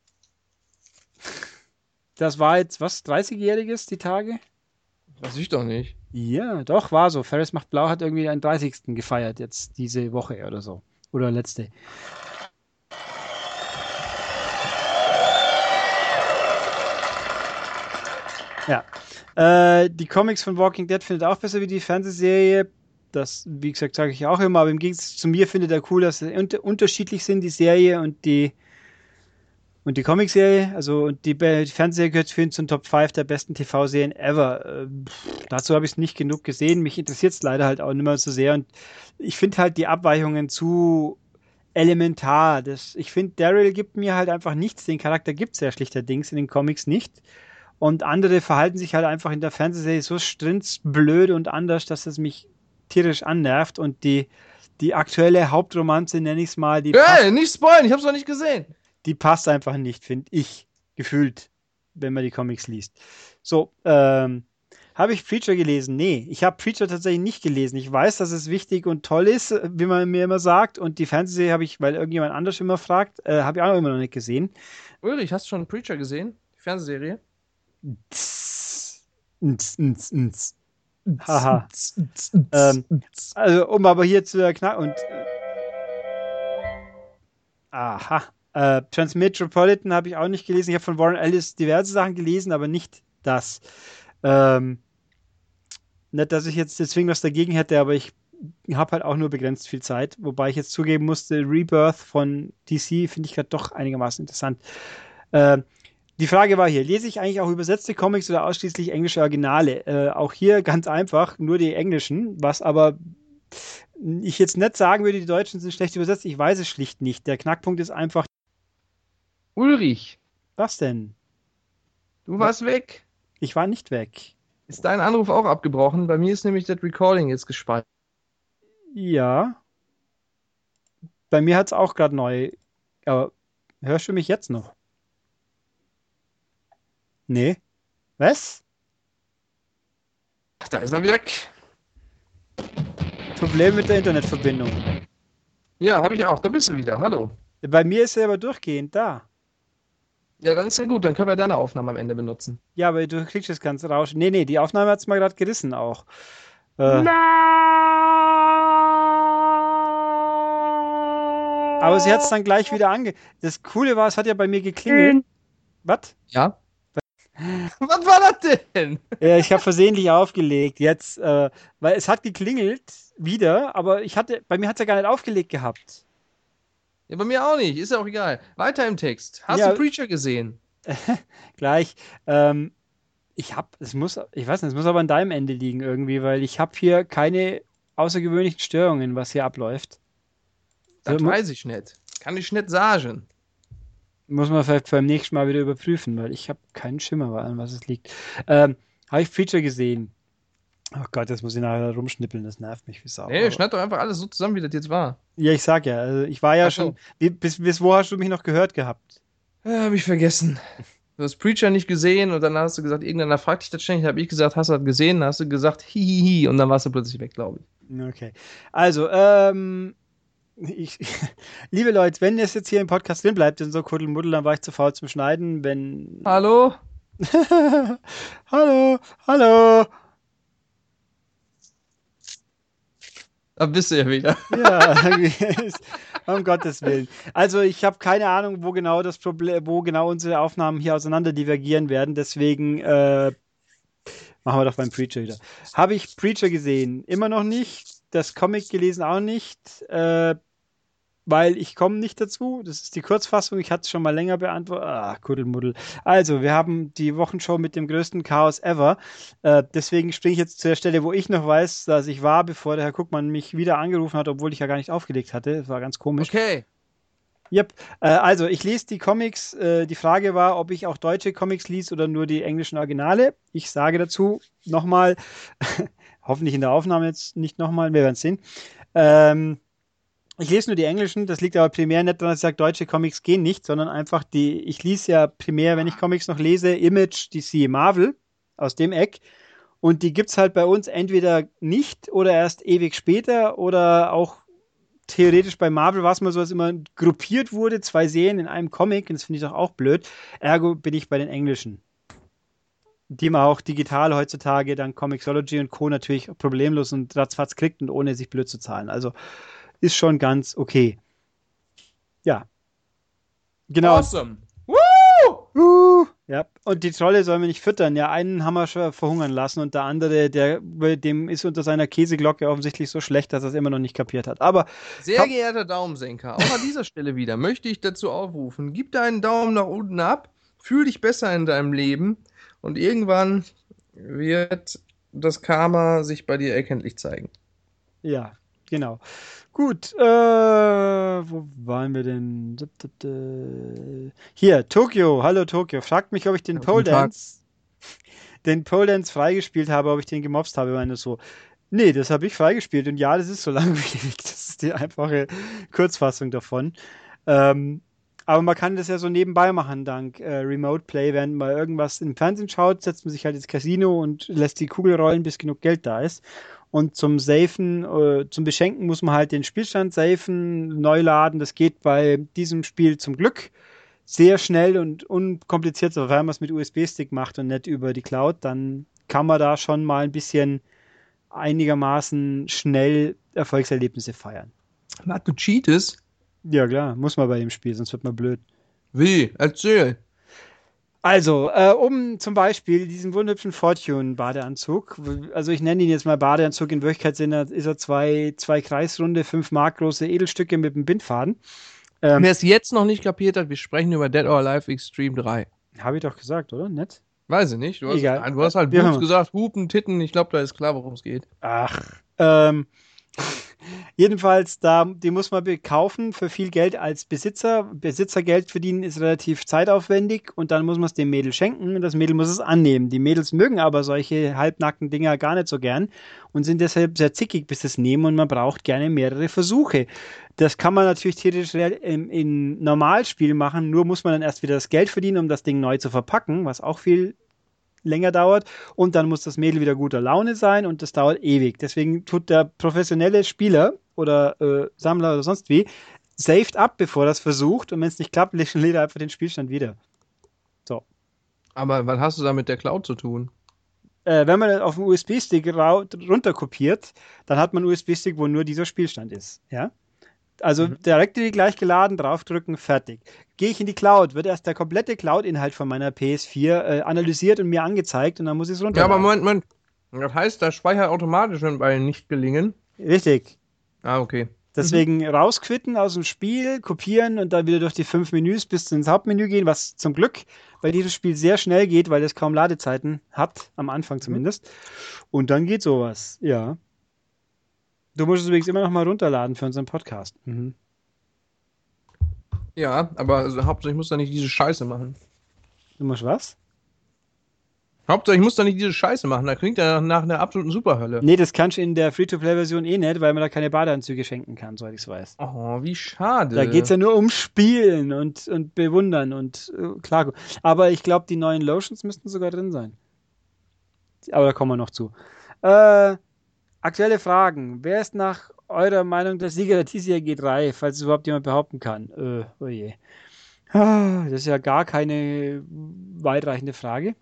das war jetzt was, dreißigjähriges die Tage? Weiß ich doch nicht. Ja, doch, war so. Ferris macht blau hat irgendwie einen dreißigsten gefeiert jetzt diese Woche oder so. Oder letzte. Ja. Äh, die Comics von Walking Dead findet er auch besser wie die Fernsehserie. Das, wie gesagt, sage ich auch immer, aber im Gegensatz zu mir findet er cool, dass sie unter unterschiedlich sind, die Serie und die und die Comicserie. Also und die, Be- die Fernsehserie gehört für ihn zum Top fünf der besten T V-Serien ever. Äh, pff, dazu habe ich es nicht genug gesehen. Mich interessiert es leider halt auch nicht mehr so sehr. Und ich finde halt die Abweichungen zu elementar. Das, ich finde, Daryl gibt mir halt einfach nichts. Den Charakter gibt es ja schlichterdings in den Comics nicht. Und andere verhalten sich halt einfach in der Fernsehserie so strunzblöd und anders, dass es mich tierisch annervt. Und die, die aktuelle Hauptromanze, nenne ich es mal, die passt, Hey, nicht spoilen, ich hab's noch nicht gesehen. die passt einfach nicht, finde ich, gefühlt, wenn man die Comics liest. So, ähm, habe ich Preacher gelesen? Nee, ich habe Preacher tatsächlich nicht gelesen. Ich weiß, dass es wichtig und toll ist, äh, wie man mir immer sagt. Und die Fernsehserie habe ich, weil irgendjemand anders immer fragt, äh, habe ich auch immer noch nicht gesehen. Ulrich, hast du schon Preacher gesehen? Die Fernsehserie? Tss, nz, nz, nz. Haha. Ähm, also, um aber hier zu der Knack und äh, aha. Äh, Transmetropolitan habe ich auch nicht gelesen. Ich habe von Warren Ellis diverse Sachen gelesen, aber nicht das. Ähm, nicht, dass ich jetzt deswegen was dagegen hätte, aber ich habe halt auch nur begrenzt viel Zeit. Wobei ich jetzt zugeben musste, Rebirth von D C finde ich gerade doch einigermaßen interessant. Äh, die Frage war hier, lese ich eigentlich auch übersetzte Comics oder ausschließlich englische Originale? Äh, auch hier ganz einfach, nur die englischen, was aber ich jetzt nicht sagen würde, die Deutschen sind schlecht übersetzt. Ich weiß es schlicht nicht. Der Knackpunkt ist einfach, Ulrich, was denn? du warst weg. Ich war nicht weg. Ist dein Anruf auch abgebrochen? Bei mir ist nämlich das Recording jetzt gespeichert. Ja, bei mir hat es auch gerade neu. Aber hörst du mich jetzt noch? Nee. Was? Da ist er wieder weg. Problem mit der Internetverbindung. Ja, habe ich auch. Da bist du wieder. Hallo. Bei mir ist er aber durchgehend da. Ja, dann ist ja gut. Dann können wir deine Aufnahme am Ende benutzen. Ja, aber du kriegst das ganze Rauschen. Nee, nee, die Aufnahme hat es mal gerade gerissen auch. Äh, aber sie hat es dann gleich wieder ange... Das Coole war, es hat ja bei mir geklingelt. Was? Ja? Was war das denn? Ja, ich habe versehentlich aufgelegt. Jetzt, äh, weil es hat geklingelt wieder, aber ich hatte, bei mir hat es ja gar nicht aufgelegt gehabt. Ja, bei mir auch nicht. Ist ja auch egal. Weiter im Text. Hast Ja. du Preacher gesehen? Gleich. Ähm, ich habe, es muss, ich weiß nicht, es muss aber an deinem Ende liegen irgendwie, weil ich habe hier keine außergewöhnlichen Störungen, was hier abläuft. Das So, mu- weiß ich nicht. Kann ich nicht sagen. Muss man vielleicht beim nächsten Mal wieder überprüfen, weil ich habe keinen Schimmer, an was es liegt. Ähm, habe ich Preacher gesehen? Oh Gott, das muss ich nachher rumschnippeln, das nervt mich wie Sau. Nee, Aber- schneid doch einfach alles so zusammen, wie das jetzt war. Ja, ich sag ja, also ich war ja Ach so. schon. Wie, bis, bis wo hast du mich noch gehört gehabt? Ja, hab ich vergessen. Du hast Preacher nicht gesehen und dann hast du gesagt, irgendeiner fragt dich das ständig. Hab ich gesagt, hast du das gesehen? Dann hast du gesagt, hihihi. Und dann warst du plötzlich weg, glaube ich. Okay. Also, ähm, ich, liebe Leute, wenn es jetzt hier im Podcast drin bleibt, in so Kuddelmuddel, dann war ich zu faul zum Schneiden. Wenn. Hallo? Hallo, hallo. Da bist du ja wieder. Ja, um Gottes Willen. Also ich habe keine Ahnung, wo genau das Problem, wo genau unsere Aufnahmen hier auseinander divergieren werden. Deswegen äh, machen wir doch beim Preacher wieder. Habe ich Preacher gesehen? Immer noch nicht. Das Comic gelesen auch nicht. Äh, weil ich komme nicht dazu. Das ist die Kurzfassung. Ich hatte es schon mal länger beantwortet. Ah, Kuddelmuddel. Also, wir haben die Wochenshow mit dem größten Chaos ever. Äh, deswegen springe ich jetzt zu der Stelle, wo ich noch weiß, dass ich war, bevor der Herr Guckmann mich wieder angerufen hat, obwohl ich ja gar nicht aufgelegt hatte. Das war ganz komisch. Okay. Yep. Äh, also, ich lese die Comics. Äh, die Frage war, ob ich auch deutsche Comics lese oder nur die englischen Originale. Ich sage dazu nochmal, hoffentlich in der Aufnahme jetzt nicht nochmal, wir werden es sehen. Ähm, Ich lese nur die englischen, das liegt aber primär nicht daran, dass ich sage, deutsche Comics gehen nicht, sondern einfach die, ich lese ja primär, wenn ich Comics noch lese, Image, D C, Marvel, aus dem Eck. Und die gibt's halt bei uns entweder nicht oder erst ewig später oder auch theoretisch bei Marvel war es mal so, dass immer gruppiert wurde, zwei Serien in einem Comic, und das finde ich doch auch blöd. Ergo bin ich bei den englischen. Die man auch digital heutzutage dann Comixology und Co. natürlich problemlos und ratzfatz kriegt und ohne sich blöd zu zahlen. Also ist schon ganz okay. Ja. Genau. Awesome. Woo! Uh, ja. Und die Trolle sollen wir nicht füttern. Ja, einen haben wir schon verhungern lassen und der andere, der, dem ist unter seiner Käseglocke offensichtlich so schlecht, dass er es immer noch nicht kapiert hat. Aber Sehr komm, geehrter Daumensenker, auch an dieser Stelle wieder möchte ich dazu aufrufen, gib deinen Daumen nach unten ab, fühl dich besser in deinem Leben und irgendwann wird das Karma sich bei dir erkenntlich zeigen. ja, genau. Gut, äh, wo waren wir denn? Hier, Tokio. Hallo Tokio. Fragt mich, ob ich den Ja, Pole guten Tag. Dance, den Pole Dance freigespielt habe, ob ich den gemobst habe. Ich meine so, nee, das habe ich freigespielt. Und ja, das ist so langweilig. Das ist die einfache Kurzfassung davon. Ähm, aber man kann das ja so nebenbei machen, dank äh, Remote Play. Während man irgendwas im Fernsehen schaut, setzt man sich halt ins Casino und lässt die Kugel rollen, bis genug Geld da ist. Und zum Safen, äh, zum Beschenken muss man halt den Spielstand safen, neu laden. Das geht bei diesem Spiel zum Glück sehr schnell und unkompliziert, sofern man es mit U S B-Stick macht und nicht über die Cloud. Dann kann man da schon mal ein bisschen einigermaßen schnell Erfolgserlebnisse feiern. Na, du cheatest? Ja, klar, muss man bei dem Spiel, sonst wird man blöd. Wie? Erzähl. Also, äh, um zum Beispiel diesen wunderhübschen Fortune-Badeanzug, also ich nenne ihn jetzt mal Badeanzug, in Wirklichkeit sind er, ist er zwei, zwei kreisrunde, fünf Mark große Edelstücke mit einem Bindfaden. Ähm, Wer es jetzt noch nicht kapiert hat, wir sprechen über Dead or Alive Extreme drei. Habe ich doch gesagt, oder? Nett? Weiß ich nicht. Du hast, Egal. Nein, du hast halt Wir Boobs hören. gesagt, Hupen, Titten. Ich glaube, da ist klar, worum es geht. Ach, ähm, jedenfalls, da, die muss man kaufen für viel Geld als Besitzer. Besitzergeld verdienen ist relativ zeitaufwendig und dann muss man es dem Mädel schenken und das Mädel muss es annehmen. Die Mädels mögen aber solche halbnackten Dinger gar nicht so gern und sind deshalb sehr zickig, bis sie es nehmen und man braucht gerne mehrere Versuche. Das kann man natürlich theoretisch im, im Normalspiel machen, nur muss man dann erst wieder das Geld verdienen, um das Ding neu zu verpacken, was auch viel länger dauert und dann muss das Mädel wieder guter Laune sein und das dauert ewig. Deswegen tut der professionelle Spieler oder äh, Sammler oder sonst wie saved ab, bevor er das versucht und wenn es nicht klappt, lädt er einfach den Spielstand wieder. So. Aber was hast du da mit der Cloud zu tun? Äh, wenn man das auf dem U S B-Stick runterkopiert, dann hat man einen U S B-Stick, wo nur dieser Spielstand ist. Ja? Also Mhm. Directory gleich geladen, draufdrücken, fertig. Gehe ich in die Cloud, wird erst der komplette Cloud-Inhalt von meiner P S vier äh, analysiert und mir angezeigt und dann muss ich es Ja, runterladen. aber Moment, Moment. Das heißt, das speichert automatisch, wenn bei nicht gelingen. Richtig. Ah, okay. Deswegen rausquitten aus dem Spiel, kopieren und dann wieder durch die fünf Menüs bis ins Hauptmenü gehen, was zum Glück bei diesem Spiel sehr schnell geht, weil es kaum Ladezeiten hat, am Anfang zumindest. Und dann geht sowas, ja. Du musst es übrigens immer noch mal runterladen für unseren Podcast. Mhm. Ja, aber also, Hauptsache ich muss da nicht diese Scheiße machen. Du musst was? Hauptsache ich muss da nicht diese Scheiße machen. Da klingt er nach einer absoluten Superhölle. Nee, das kannst du in der Free-to-Play-Version eh nicht, weil man da keine Badeanzüge schenken kann, soweit ich es weiß. Oh, wie Da geht es schade. ja nur um Spielen und, und Bewundern und äh, klar. Aber ich glaube, die neuen Lotions müssten sogar drin sein. Aber da kommen wir noch zu. Äh, aktuelle Fragen. Wer ist nach eurer Meinung der Sieger der T C G drei, falls es überhaupt jemand behaupten kann? Äh, oh je. Ah, das ist ja gar keine weitreichende Frage.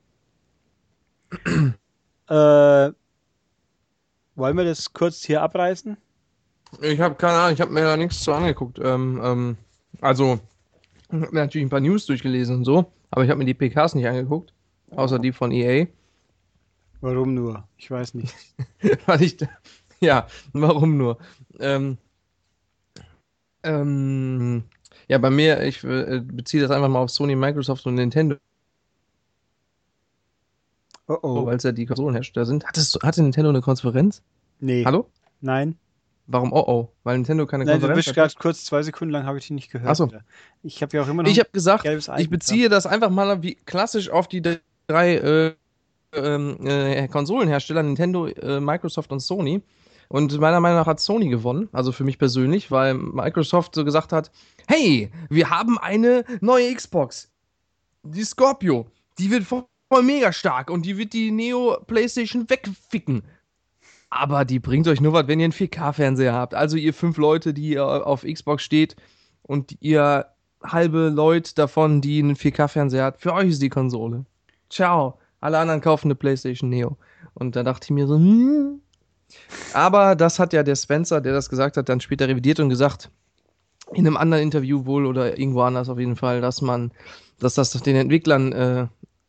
Äh, wollen wir das kurz hier abreißen? Ich habe keine Ahnung, ich habe mir da nichts zu angeguckt. Ähm, ähm, also, ich habe mir natürlich ein paar News durchgelesen und so, aber ich habe mir die P Ks nicht angeguckt, außer die von E A. Warum nur? Ich weiß nicht. Weil ich, ja, warum nur? Ähm, ähm, ja, bei mir, ich äh, beziehe das einfach mal auf Sony, Microsoft und Nintendo, Oh oh. weil es ja die Konsolenhersteller sind. Hattest, hatte Nintendo eine Konferenz? Nee. Hallo? Nein. Warum? Oh oh, weil Nintendo keine Nein, du Konferenz bist hatte? gerade kurz zwei Sekunden lang, habe ich dich nicht gehört Achso, wieder. Ich habe ja auch immer noch ich ein habe gesagt, gelbes ich Icon dran. beziehe das einfach mal wie klassisch auf die drei äh, ähm, äh, Konsolenhersteller, Nintendo, äh, Microsoft und Sony. Und meiner Meinung nach hat Sony gewonnen, also für mich persönlich, weil Microsoft so gesagt hat, hey, wir haben eine neue Xbox, die Scorpio, die wird voll, voll mega stark und die wird die Neo PlayStation wegficken. Aber die bringt euch nur was, wenn ihr einen vier K-Fernseher habt. Also ihr fünf Leute, die ihr auf Xbox steht und ihr halbe Leute davon, die einen vier K-Fernseher hat, für euch ist die Konsole. Ciao. Alle anderen kaufen eine PlayStation Neo. Und da dachte ich mir so, hm. Aber das hat ja der Spencer, der das gesagt hat, dann später revidiert und gesagt, in einem anderen Interview wohl oder irgendwo anders auf jeden Fall, dass man, dass das den Entwicklern äh,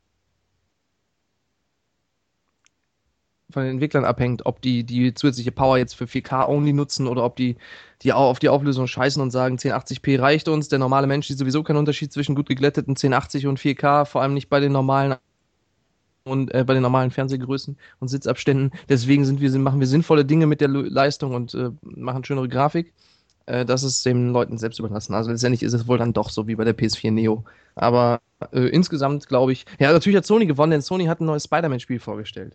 von den Entwicklern abhängt, ob die die zusätzliche Power jetzt für vier K-Only nutzen oder ob die, die au- auf die Auflösung scheißen und sagen, zehn achtzig p reicht uns. Der normale Mensch sieht sowieso keinen Unterschied zwischen gut geglätteten zehn achtzig und vier K, vor allem nicht bei den normalen und äh, bei den normalen Fernsehgrößen und Sitzabständen. Deswegen sind wir, machen wir sinnvolle Dinge mit der Lo- Leistung und äh, machen schönere Grafik. Äh, das ist den Leuten selbst überlassen. Also letztendlich ist es wohl dann doch so wie bei der P S vier Neo. Aber äh, insgesamt glaube ich, ja, natürlich hat Sony gewonnen, denn Sony hat ein neues Spider-Man-Spiel vorgestellt.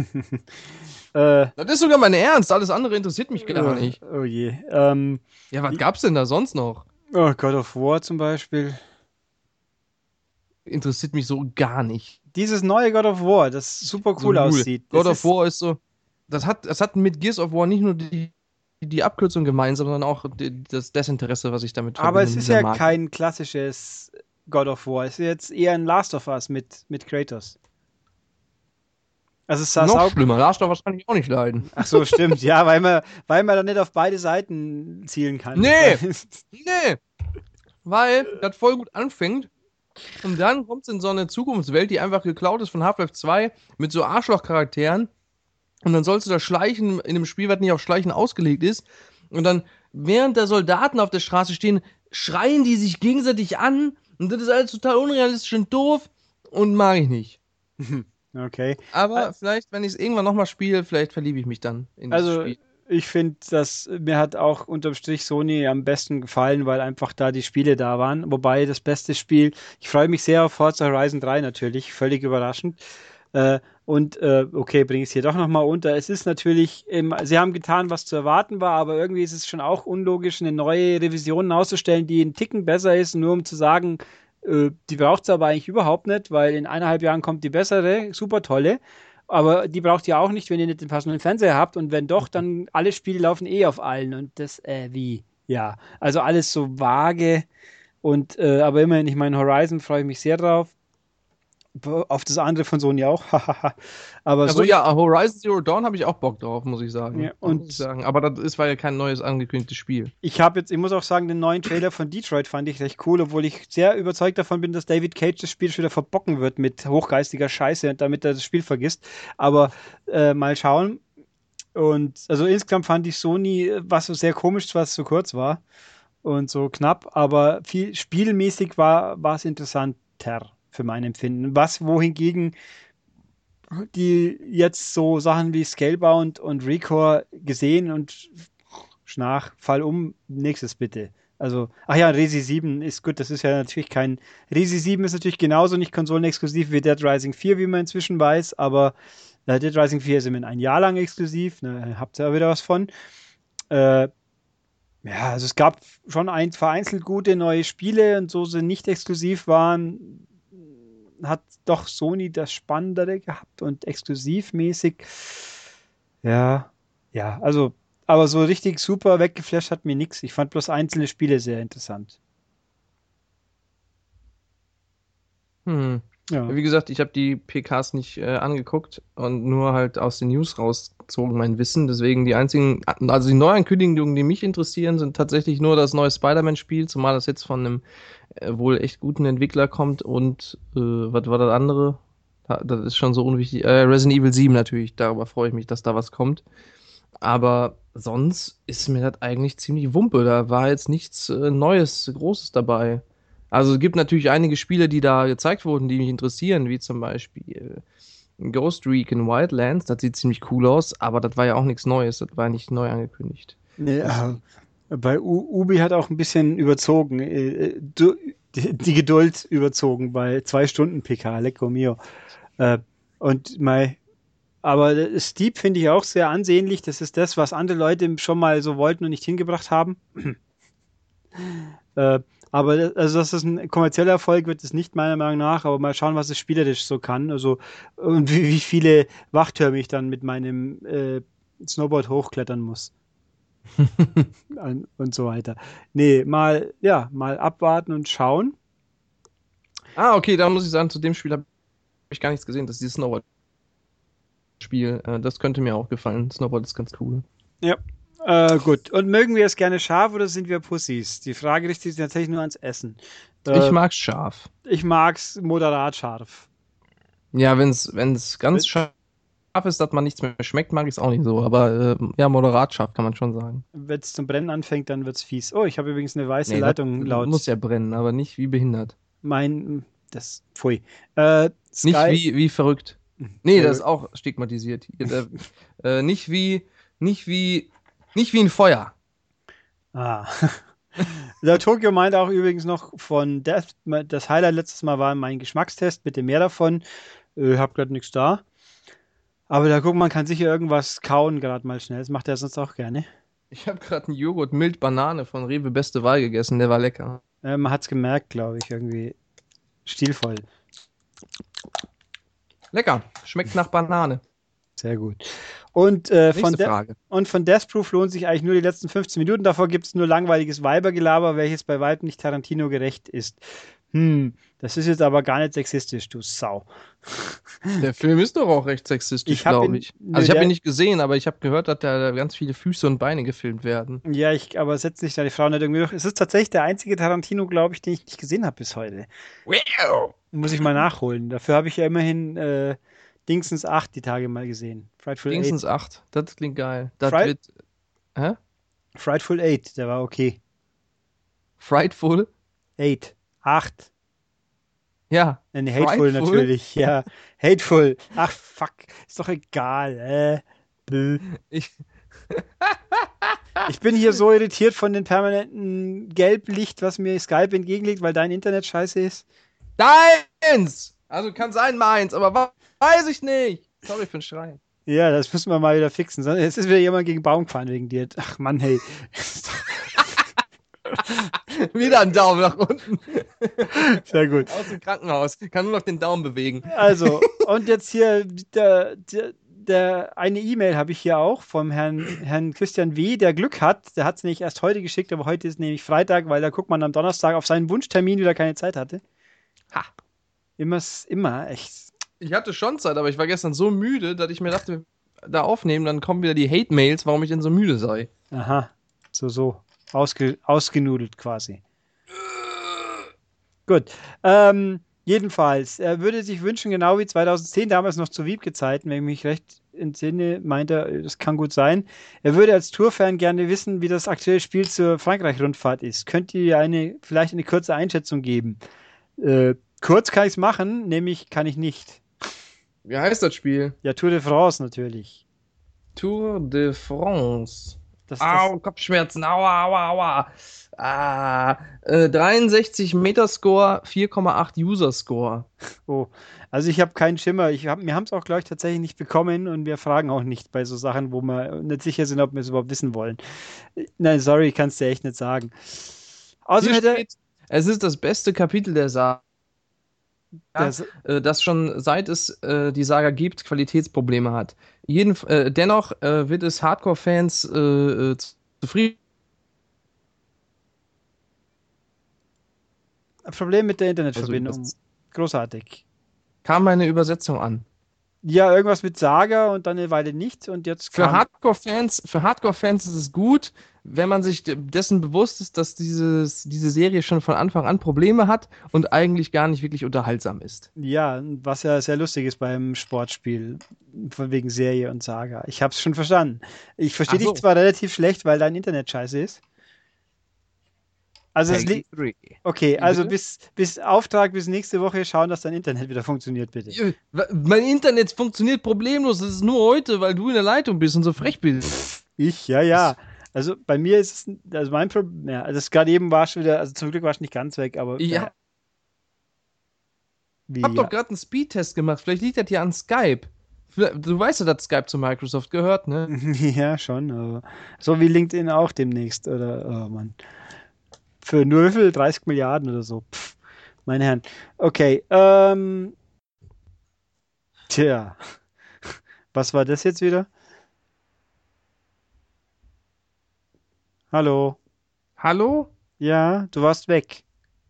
äh, Das ist sogar mein Ernst, alles andere interessiert mich gar äh, nicht. oh je. Ähm, Ja, was gab's denn da sonst noch? oh, God of War zum Beispiel. Interessiert mich so gar nicht. Dieses neue God of War, das super So cool null. aussieht. God Das of ist, War ist so, das hat, das hat mit Gears of War nicht nur die, die Abkürzung gemeint, sondern auch die, das Desinteresse, was ich damit aber verbinde es mit ist dieser ja Marke. kein klassisches God of War. Es ist jetzt eher ein Last of Us mit, mit Kratos. Also es sah Noch sau. schlimmer, Last of Us kann ich auch nicht leiden. Ach so, stimmt. Ja, weil man, weil man dann nicht auf beide Seiten zielen kann. Nee, nee, weil das voll gut anfängt und dann kommt es in so eine Zukunftswelt, die einfach geklaut ist von Half-Life zwei mit so Arschloch-Charakteren und dann sollst du da schleichen in einem Spiel, was nicht auf Schleichen ausgelegt ist und dann, während da Soldaten auf der Straße stehen, schreien die sich gegenseitig an und das ist alles total unrealistisch und doof und mag ich nicht. Okay. Aber vielleicht, wenn ich es irgendwann nochmal spiele, vielleicht verliebe ich mich dann in dieses Also, Spiel. ich finde, dass mir hat auch unterm Strich Sony am besten gefallen, weil einfach da die Spiele da waren. Wobei das beste Spiel, ich freue mich sehr auf Forza Horizon drei natürlich, völlig überraschend. Äh, und äh, okay, bringe ich es hier doch nochmal unter. Es ist natürlich, ähm, sie haben getan, was zu erwarten war, aber irgendwie ist es schon auch unlogisch, eine neue Revision auszustellen, die einen Ticken besser ist, nur um zu sagen, äh, die braucht es aber eigentlich überhaupt nicht, weil in eineinhalb Jahren kommt die bessere, super tolle. Aber die braucht ihr auch nicht, wenn ihr nicht den passenden Fernseher habt. Und wenn doch, dann alle Spiele laufen eh auf allen. Und das, äh, wie? Ja, also alles so vage. Und, äh, aber immerhin, ich meine, Horizon freue ich mich sehr drauf. Auf das andere von Sony auch. Aber Also so, ja, Horizon Zero Dawn habe ich auch Bock drauf, muss ich sagen. ja, Muss ich und sagen. Aber das ist, weil ja kein neues angekündigtes Spiel. ich habe jetzt, ich muss auch sagen, den neuen Trailer von Detroit fand ich recht cool, obwohl ich sehr überzeugt davon bin, dass David Cage das Spiel schon wieder verbocken wird mit hochgeistiger Scheiße und damit er das Spiel vergisst. Aber äh, mal schauen. Und also insgesamt fand ich Sony, was so sehr komisch, was so kurz war und so knapp, aber viel spielmäßig war war es interessanter für mein Empfinden. Was wohingegen die jetzt so Sachen wie Scalebound und Recore gesehen und Schnarch, Fall um, nächstes bitte. Also, ach ja, Resi sieben ist gut, das ist ja natürlich kein, Resi sieben ist natürlich genauso nicht konsolenexklusiv wie Dead Rising vier, wie man inzwischen weiß, aber äh, Dead Rising vier ist immerhin ein Jahr lang exklusiv, ne, habt ihr ja wieder was von. Äh, ja, also es gab schon ein, vereinzelt gute neue Spiele und so sie nicht exklusiv waren, hat doch Sony das Spannendere gehabt und exklusivmäßig, ja, ja, also, aber so richtig super weggeflasht hat mir nichts. Ich fand bloß einzelne Spiele sehr interessant. Hm. Ja. Wie gesagt, ich habe die P Ks nicht äh, angeguckt und nur halt aus den News rausgezogen mein Wissen. Deswegen die einzigen, also die Neuankündigungen, die mich interessieren, sind tatsächlich nur das neue Spider-Man-Spiel, zumal das jetzt von einem äh, wohl echt guten Entwickler kommt und äh, was war das andere? Da- Das ist schon so unwichtig. Äh, Resident Evil sieben natürlich, darüber freue ich mich, dass da was kommt. Aber sonst ist mir das eigentlich ziemlich Wumpe. Da war jetzt nichts äh, Neues, Großes dabei. Also es gibt natürlich einige Spiele, die da gezeigt wurden, die mich interessieren, wie zum Beispiel äh, Ghost Recon Wildlands. Das sieht ziemlich cool aus, aber das war ja auch nichts Neues. Das war nicht neu angekündigt. Nee, Das, äh, bei U Ubi hat auch ein bisschen überzogen, äh, du, die, die Geduld überzogen bei zwei Stunden P K, Lecco mio. Äh, und mein, aber das Steep finde ich auch sehr ansehnlich. Das ist das, was andere Leute schon mal so wollten und nicht hingebracht haben. Äh, aber das- also, dass das ein kommerzieller Erfolg wird, ist nicht meiner Meinung nach. Aber mal schauen, was es spielerisch so kann. Also, und wie, wie viele Wachtürme ich dann mit meinem äh, Snowboard hochklettern muss. An- Und so weiter. Nee, mal, ja, mal abwarten und schauen. ah, okay, da muss ich sagen, zu dem Spiel habe ich gar nichts gesehen. Das ist dieses Snowboard-Spiel. Äh, das könnte mir auch gefallen. Snowboard ist ganz cool. Ja. Äh, gut. Und mögen wir es gerne scharf oder sind wir Pussys? Die Frage richtet sich tatsächlich nur ans Essen. Ich Äh, mag's scharf. ich mag's moderat scharf. Ja, wenn's, wenn's ganz scharf ist, dass man nichts mehr schmeckt, mag ich es auch nicht so. Aber äh, ja, moderat scharf kann man schon sagen. Wenn es zum Brennen anfängt, dann wird's fies. Oh, ich habe übrigens eine weiße Nee, das Leitung laut. muss ja brennen, aber nicht wie behindert. Mein, das, pfui. Äh, Nicht Sky, wie, wie verrückt. Nee, Äh, das ist auch stigmatisiert. Hier, der, äh, nicht wie, nicht wie, nicht wie ein Feuer. Ah. Der Tokio meinte auch übrigens noch von Death, das Highlight letztes Mal war mein Geschmackstest, bitte mehr davon. Äh, hab grad nichts da. Aber da guck, man kann sicher irgendwas kauen, gerade mal schnell. Das macht er sonst auch gerne. Ich habe gerade einen Joghurt Mild Banane von Rewe Beste Wahl gegessen, der war lecker. Äh, man hat's gemerkt, glaube ich, irgendwie stilvoll. Lecker, schmeckt nach Banane. Sehr gut. Und, äh, von Nächste De Frage. und von Death Proof lohnt sich eigentlich nur die letzten fünfzehn Minuten. Davor gibt es nur langweiliges Weibergelaber, welches bei weitem nicht Tarantino gerecht ist. Hm, das ist jetzt aber gar nicht sexistisch, du Sau. Der Film ist doch auch recht sexistisch, Ich hab glaube ihn- ich. nö, Also ich habe der- ihn nicht gesehen, aber ich habe gehört, dass da ganz viele Füße und Beine gefilmt werden. Ja, ich, aber setzt sich da die Frau nicht irgendwie durch. Es ist tatsächlich der einzige Tarantino, glaube ich, den ich nicht gesehen habe bis heute. Muss ich mal nachholen. Dafür habe ich ja immerhin äh, Dingsens acht die Tage mal gesehen. Frightful Dingsens acht, das klingt geil. Das Fri- wird. Hä? acht. Frightful acht, der war okay. Frightful? acht. acht. Ja. Äh, nee, Hateful Frightful? natürlich, ja. Hateful. Ach, fuck. Ist doch egal. Äh, bäh. Ich, Ich bin hier so irritiert von dem permanenten Gelblicht, was mir Skype entgegenlegt, weil dein Internet scheiße ist. Deins! Also kann sein meins, aber wa- weiß ich nicht. Sorry für den Schreien. Ja, das müssen wir mal wieder fixen. Sonst- Jetzt ist wieder jemand gegen Baum gefahren wegen dir. Ach Mann, hey. Wieder ein Daumen nach unten. Sehr gut. Aus dem Krankenhaus. Kann nur noch den Daumen bewegen. Also, und jetzt hier der, der, der eine E-Mail habe ich hier auch vom Herrn, Herrn Christian W., der Glück hat. Der hat es nämlich erst heute geschickt, aber heute ist nämlich Freitag, weil da guckt man am Donnerstag auf seinen Wunschtermin wieder keine Zeit hatte. Ha. Immer, immer, echt. Ich hatte schon Zeit, aber ich war gestern so müde, dass ich mir dachte, da aufnehmen, dann kommen wieder die Hate-Mails, warum ich denn so müde sei. Aha, so, so. Ausge, ausgenudelt quasi. Gut. Ähm, jedenfalls, er würde sich wünschen, genau wie zweitausendzehn, damals noch zu Wiebke-Zeiten, wenn ich mich recht entsinne, meint er, das kann gut sein. Er würde als Tourfan gerne wissen, wie das aktuelle Spiel zur Frankreich-Rundfahrt ist. Könnt ihr eine, vielleicht eine kurze Einschätzung geben? Äh, kurz kann ich es machen, nämlich kann ich nicht. Wie heißt das Spiel? Ja, Tour de France natürlich. Tour de France. Das, das, Au, Kopfschmerzen, aua, aua, aua. Ah, äh, dreiundsechzig Metascore, vier Komma acht User-Score. oh. Also ich habe keinen Schimmer. Ich hab, wir haben es auch, glaube ich, tatsächlich nicht bekommen und wir fragen auch nicht bei so Sachen, wo wir nicht sicher sind, ob wir es überhaupt wissen wollen. Nein, sorry, kannst du echt nicht sagen. Außerdem Hier hätte steht, es ist das beste Kapitel der Saga, das, äh, das schon seit es äh, die Saga gibt, Qualitätsprobleme hat. Jeden, äh, dennoch äh, wird es Hardcore-Fans äh, äh, zufrieden. Problem mit der Also Internetverbindung. das Großartig. kam meine Übersetzung an. Ja, irgendwas mit Saga und dann eine Weile nicht und jetzt Für kam. Hardcore-Fans, für Hardcore-Fans ist es gut, wenn man sich de- dessen bewusst ist, dass dieses, diese Serie schon von Anfang an Probleme hat und eigentlich gar nicht wirklich unterhaltsam ist. Ja, was ja sehr lustig ist beim Sportspiel, von wegen Serie und Saga. Ich hab's schon verstanden. Ich verstehe Ach dich so. zwar relativ schlecht, weil dein Internet scheiße ist. Also es liegt. Peggy drei. Okay, Wie also bitte? bis, bis Auftrag bis nächste Woche schauen, dass dein Internet wieder funktioniert, bitte. Äh, Mein Internet funktioniert problemlos. Es ist nur heute, weil du in der Leitung bist und so frech bist. Ich, ja, ja. Also bei mir ist es, also mein Problem, ja, also es gerade eben war schon wieder, also zum Glück war es nicht ganz weg, aber Ich äh, hab wie, hab doch ja. gerade einen Speedtest gemacht. Vielleicht liegt das ja an Skype. Du weißt ja, dass Skype zu Microsoft gehört, ne? Ja, schon, aber so wie LinkedIn auch demnächst, oder, oh Mann. Für nur wie viel? dreißig Milliarden oder so. Pff, meine Herren. Okay, ähm, tja, was war das jetzt wieder? Hallo? Hallo? Ja, du warst weg.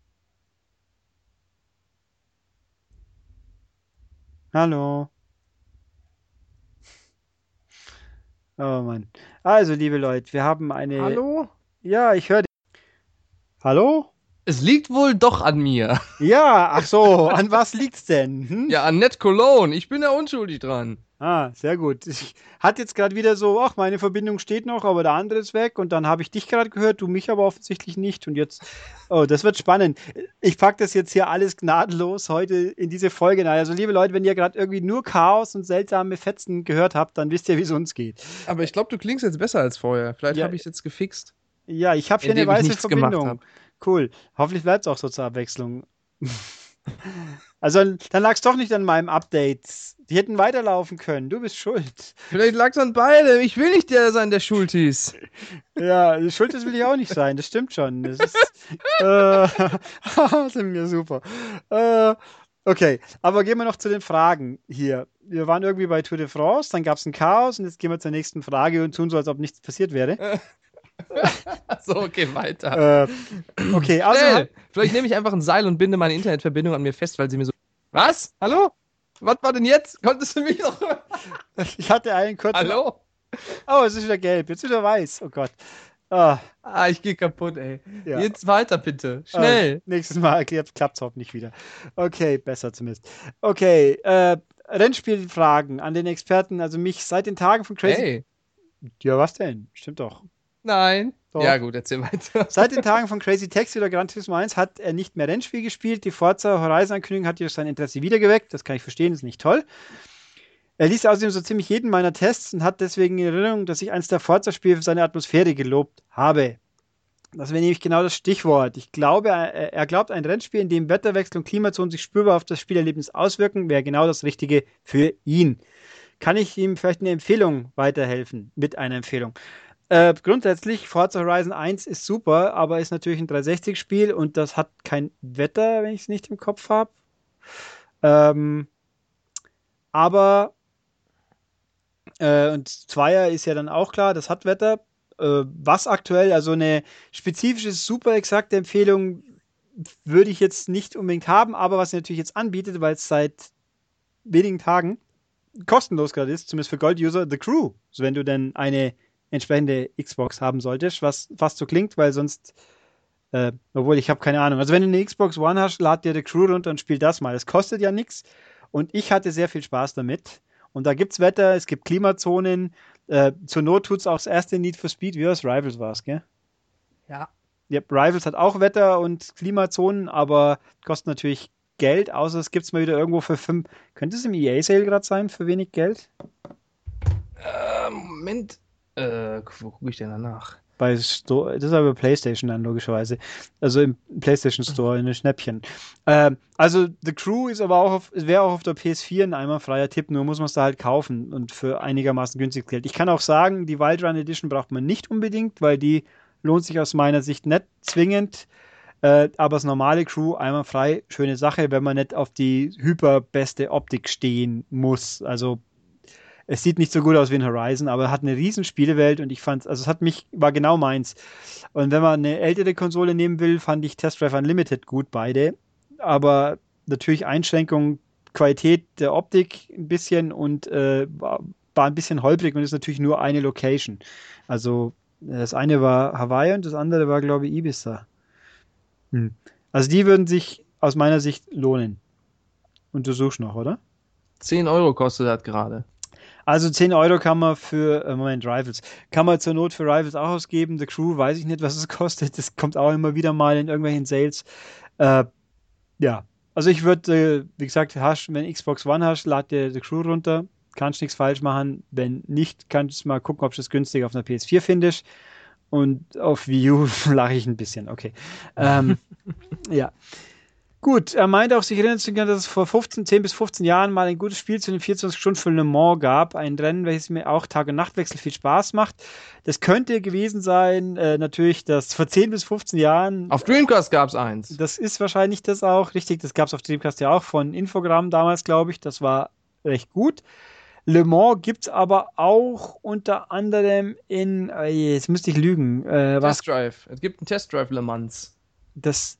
Hallo? Oh Mann. Also, liebe Leute, wir haben eine. Hallo? Ja, ich höre dich. Hallo? Es liegt wohl doch an mir. Ja, ach so, an was liegt's denn? Hm? Ja, an Ned Cologne. Ich bin ja unschuldig dran. Ah, sehr gut. Ich hatte jetzt gerade wieder so, ach, meine Verbindung steht noch, aber der andere ist weg und dann habe ich dich gerade gehört, du mich aber offensichtlich nicht und jetzt, oh, das wird spannend. Ich packe das jetzt hier alles gnadenlos heute in diese Folge rein. Also, liebe Leute, wenn ihr gerade irgendwie nur Chaos und seltsame Fetzen gehört habt, dann wisst ihr, wie es uns geht. Aber ich glaube, du klingst jetzt besser als vorher. Vielleicht Ja. habe ich es jetzt gefixt. Ja, ich habe hier eine Indem ich weiße nichts gemacht Verbindung. hab. Cool. Hoffentlich bleibt es auch so zur Abwechslung. Also, dann lag es doch nicht an meinem Update. Die hätten weiterlaufen können. Du bist schuld. Vielleicht lag es an beide. Ich will nicht der sein, der schuld hieß. Ja, schuld das will ich auch nicht sein. Das stimmt schon. Das ist, äh, das ist mir super. Äh, okay, aber gehen wir noch zu den Fragen hier. Wir waren irgendwie bei Tour de France, dann gab es ein Chaos und jetzt gehen wir zur nächsten Frage und tun so, als ob nichts passiert wäre. So, okay, weiter. Äh, okay, also. Schnell. Vielleicht nehme ich einfach ein Seil und binde meine Internetverbindung an mir fest, weil sie mir so. Was? Hallo? Was war denn jetzt? Konntest du mich noch. Ich hatte einen kurzen. Hallo? Oh, es ist wieder gelb, jetzt wieder weiß. Oh Gott. Ah, Ah, ich gehe kaputt, ey. ja. Jetzt weiter, bitte. Schnell. Äh, nächstes Mal klappt es hoffentlich wieder. Okay, besser zumindest. Okay, äh, Rennspielfragen an den Experten, also mich seit den Tagen von Crazy. Hey. Ja, was denn? Stimmt doch. Nein. Doch. Ja, gut, erzähl weiter. Seit den Tagen von Crazy Taxi oder Gran Turismo eins hat er nicht mehr Rennspiel gespielt. Die Forza Horizon-Ankündigung hat durch sein Interesse wiedergeweckt. Das kann ich verstehen, ist nicht toll. Er liest außerdem so ziemlich jeden meiner Tests und hat deswegen in Erinnerung, dass ich eins der Forza-Spiele für seine Atmosphäre gelobt habe. Das wäre nämlich genau das Stichwort. Ich glaube, er, er glaubt, ein Rennspiel, in dem Wetterwechsel und Klimazonen sich spürbar auf das Spielerlebnis auswirken, wäre genau das Richtige für ihn. Kann ich ihm vielleicht eine Empfehlung weiterhelfen? Mit einer Empfehlung. Äh, grundsätzlich, Forza Horizon eins ist super, aber ist natürlich ein dreihundertsechzig-Spiel und das hat kein Wetter, wenn ich es nicht im Kopf habe. Ähm, aber äh, und Zweier ist ja dann auch klar, das hat Wetter. Äh, was aktuell, also eine spezifische, super exakte Empfehlung würde ich jetzt nicht unbedingt haben, aber was er natürlich jetzt anbietet, weil es seit wenigen Tagen kostenlos gerade ist, zumindest für Gold-User, The Crew. Also wenn du denn eine entsprechende Xbox haben solltest, was fast so klingt, weil sonst, äh, obwohl ich habe keine Ahnung. Also wenn du eine Xbox One hast, lad dir The Crew runter und spiel das mal. Es kostet ja nichts und ich hatte sehr viel Spaß damit. Und da gibt's Wetter, es gibt Klimazonen, äh, zur Not tut's auch das erste Need for Speed, wie das Rivals war's, gell? Ja. Ja, Rivals hat auch Wetter und Klimazonen, aber kostet natürlich Geld, außer es gibt's mal wieder irgendwo für fünf. Könnte es im E A-Sale gerade sein, für wenig Geld? Äh, Moment. Äh, wo gucke ich denn danach? Bei Store, das ist aber PlayStation dann logischerweise. Also im PlayStation Store in den Schnäppchen. Ähm, also The Crew ist aber auch auf, wäre auch auf der P S vier ein einwandfreier Tipp, nur muss man es da halt kaufen und für einigermaßen günstiges Geld. Ich kann auch sagen, die Wild Run Edition braucht man nicht unbedingt, weil die lohnt sich aus meiner Sicht nicht zwingend. Äh, aber das normale Crew einwandfrei, schöne Sache, wenn man nicht auf die hyperbeste Optik stehen muss. Also es sieht nicht so gut aus wie in Horizon, aber hat eine riesen Spielewelt und ich fand, also es hat mich, war genau meins. Und wenn man eine ältere Konsole nehmen will, fand ich Test Drive Unlimited gut, beide. Aber natürlich Einschränkung, Qualität der Optik ein bisschen und äh, war, war ein bisschen holprig und ist natürlich nur eine Location. Also das eine war Hawaii und das andere war, glaube ich, Ibiza. Hm. Also die würden sich aus meiner Sicht lohnen. Und du suchst noch, oder? zehn Euro kostet das gerade. Also zehn Euro kann man für, äh, Moment, Rivals, kann man zur Not für Rivals auch ausgeben. The Crew weiß ich nicht, was es kostet. Das kommt auch immer wieder mal in irgendwelchen Sales. Äh, ja, also ich würde, äh, wie gesagt, hast, wenn Xbox One hast, lad dir The Crew runter. Kannst nichts falsch machen. Wenn nicht, kannst du mal gucken, ob du es günstig auf einer P S vier findest. Und auf Wii U lache ich ein bisschen, okay. Ähm, ja. Gut, er meinte auch, sich erinnern zu können, dass es vor fünfzehn, zehn bis fünfzehn Jahren mal ein gutes Spiel zu den vierundzwanzig Stunden für Le Mans gab. Ein Rennen, welches mir auch Tag- und Nachtwechsel viel Spaß macht. Das könnte gewesen sein, äh, natürlich, dass vor zehn bis fünfzehn Jahren, Auf Dreamcast gab es eins. das ist wahrscheinlich das auch, richtig, das gab es auf Dreamcast ja auch von Infogramm damals, glaube ich. Das war recht gut. Le Mans gibt es aber auch unter anderem in, äh, jetzt müsste ich lügen, äh, was, Test Drive. Es gibt einen Test Drive Le Mans. das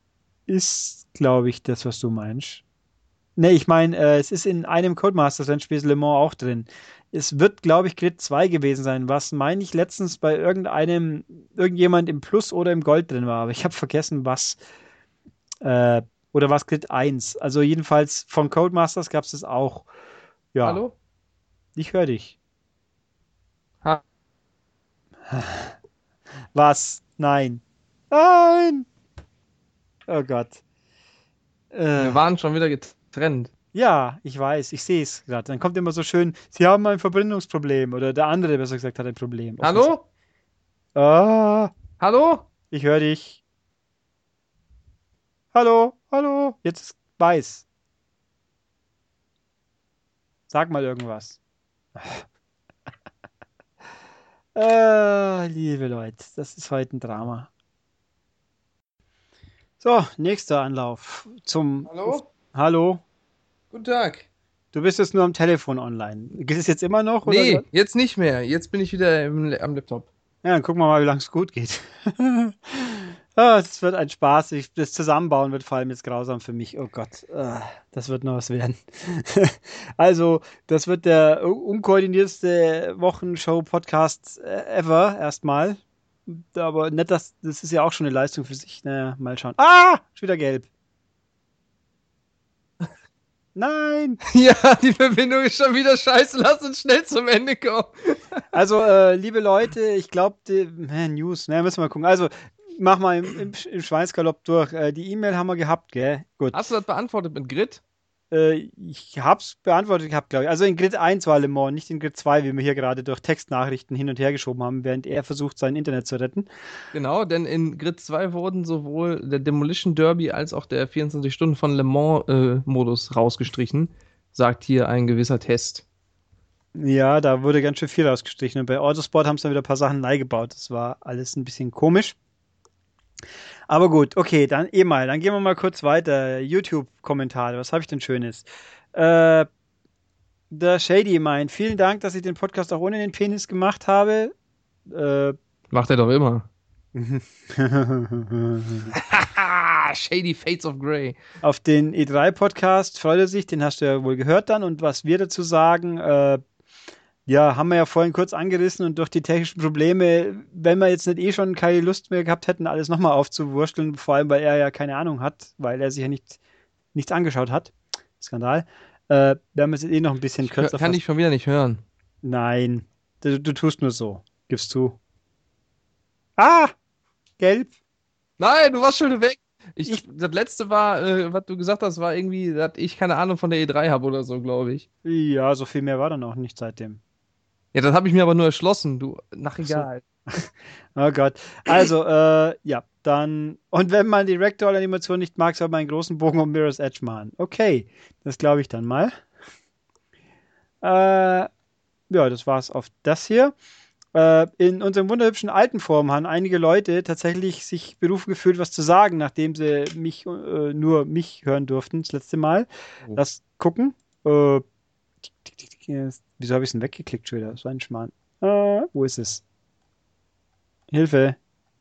ist, glaube ich, das, was du meinst. Ne, ich meine, äh, es ist in einem Codemasters-Rennspiel Le Mans auch drin. Es wird, glaube ich, Grid zwei gewesen sein, was, meine ich, letztens bei irgendeinem, irgendjemand im Plus oder im Gold drin war. Aber ich habe vergessen, was, äh, oder was Grid eins. Also jedenfalls von Codemasters gab es das auch. Ja, Hallo? ich höre dich. Ha Was? Nein. Nein! Oh Gott. Äh, Wir waren schon wieder getrennt. ja, ich weiß, ich sehe es gerade. Dann kommt immer so schön, Sie haben ein Verbindungsproblem oder der andere, besser gesagt, hat ein Problem. Hallo? Ah, Hallo? ich höre dich. Hallo, hallo. Jetzt ist weiß. Sag mal irgendwas. Äh, liebe Leute, das ist heute ein Drama. So, nächster Anlauf zum. Hallo? Hallo, Guten Tag. du bist jetzt nur am Telefon online. Geht es jetzt immer noch? Nee, Oder? jetzt nicht mehr. Jetzt bin ich wieder im, am Laptop. Ja, dann gucken wir mal, wie lange es gut geht. Ah, das wird ein Spaß. Ich, das Zusammenbauen wird vor allem jetzt grausam für mich. Oh Gott, ah, das wird noch was werden. Also, das wird der unkoordinierteste Wochenshow-Podcast äh, ever, erstmal. Aber nicht, das, das ist ja auch schon eine Leistung für sich. Naja, mal schauen. Ah, schon wieder gelb. Nein! Ja, die Verbindung ist schon wieder scheiße. Lass uns schnell zum Ende kommen. Also, äh, liebe Leute, ich glaube, News, ne, müssen wir mal gucken. Also, mach mal im, im, im Schweinsgalopp durch. Äh, die E-Mail haben wir gehabt, gell? Gut. Hast du das beantwortet mit Grid? Äh, ich hab's beantwortet gehabt, glaube ich. Also in Grid eins war Le Mans, nicht in Grid zwei, wie wir hier gerade durch Textnachrichten hin und her geschoben haben, während er versucht, sein Internet zu retten. Genau, denn in Grid zwei wurden sowohl der Demolition Derby als auch der vierundzwanzig Stunden von Le Mans-Modus rausgestrichen, sagt hier ein gewisser Test. Ja, da wurde ganz schön viel rausgestrichen. Und bei Autosport haben sie dann wieder ein paar Sachen neu gebaut. Das war alles ein bisschen komisch. Aber gut, okay, dann eh mal. Dann gehen wir mal kurz weiter. YouTube-Kommentare. Was habe ich denn Schönes? Äh, der Shady meint, vielen Dank, dass ich den Podcast auch ohne den Penis gemacht habe. Äh, Macht er doch immer. Shady Fates of Grey. Auf den E drei Podcast freut er sich, den hast du ja wohl gehört dann. Und was wir dazu sagen, äh, ja, haben wir ja vorhin kurz angerissen und durch die technischen Probleme, wenn wir jetzt nicht eh schon keine Lust mehr gehabt hätten, alles nochmal aufzuwursteln, vor allem, weil er ja keine Ahnung hat, weil er sich ja nicht, nichts angeschaut hat. Skandal. Äh, werden wir es jetzt eh noch ein bisschen Ich hör- kürzer kann fassen. ich schon wieder nicht hören. Nein, du, du tust nur so. Gibst zu. Ah! Gelb. Nein, du warst schon weg. Ich, Ich- das letzte war, äh, was du gesagt hast, war irgendwie, dass ich keine Ahnung von der E drei habe oder so, glaube ich. Ja, so viel mehr war dann auch nicht seitdem. Ja, das habe ich mir aber nur erschlossen, du. Nach egal. Oh Gott. Also, äh, ja, dann. Und wenn man die Ragdoll-Animation nicht mag, soll man einen großen Bogen um Mirror's Edge machen. Okay, das glaube ich dann mal. Äh, ja, das war's auf das hier. Äh, in unserem wunderhübschen alten Forum haben einige Leute tatsächlich sich berufen gefühlt, was zu sagen, nachdem sie mich äh, nur mich hören durften das letzte Mal. Oh. Lass gucken. Äh, tick, tick, tick, tick, jetzt- wieso habe ich es denn weggeklickt schon wieder? So ein Schmarrn. Äh, wo ist es? Hilfe.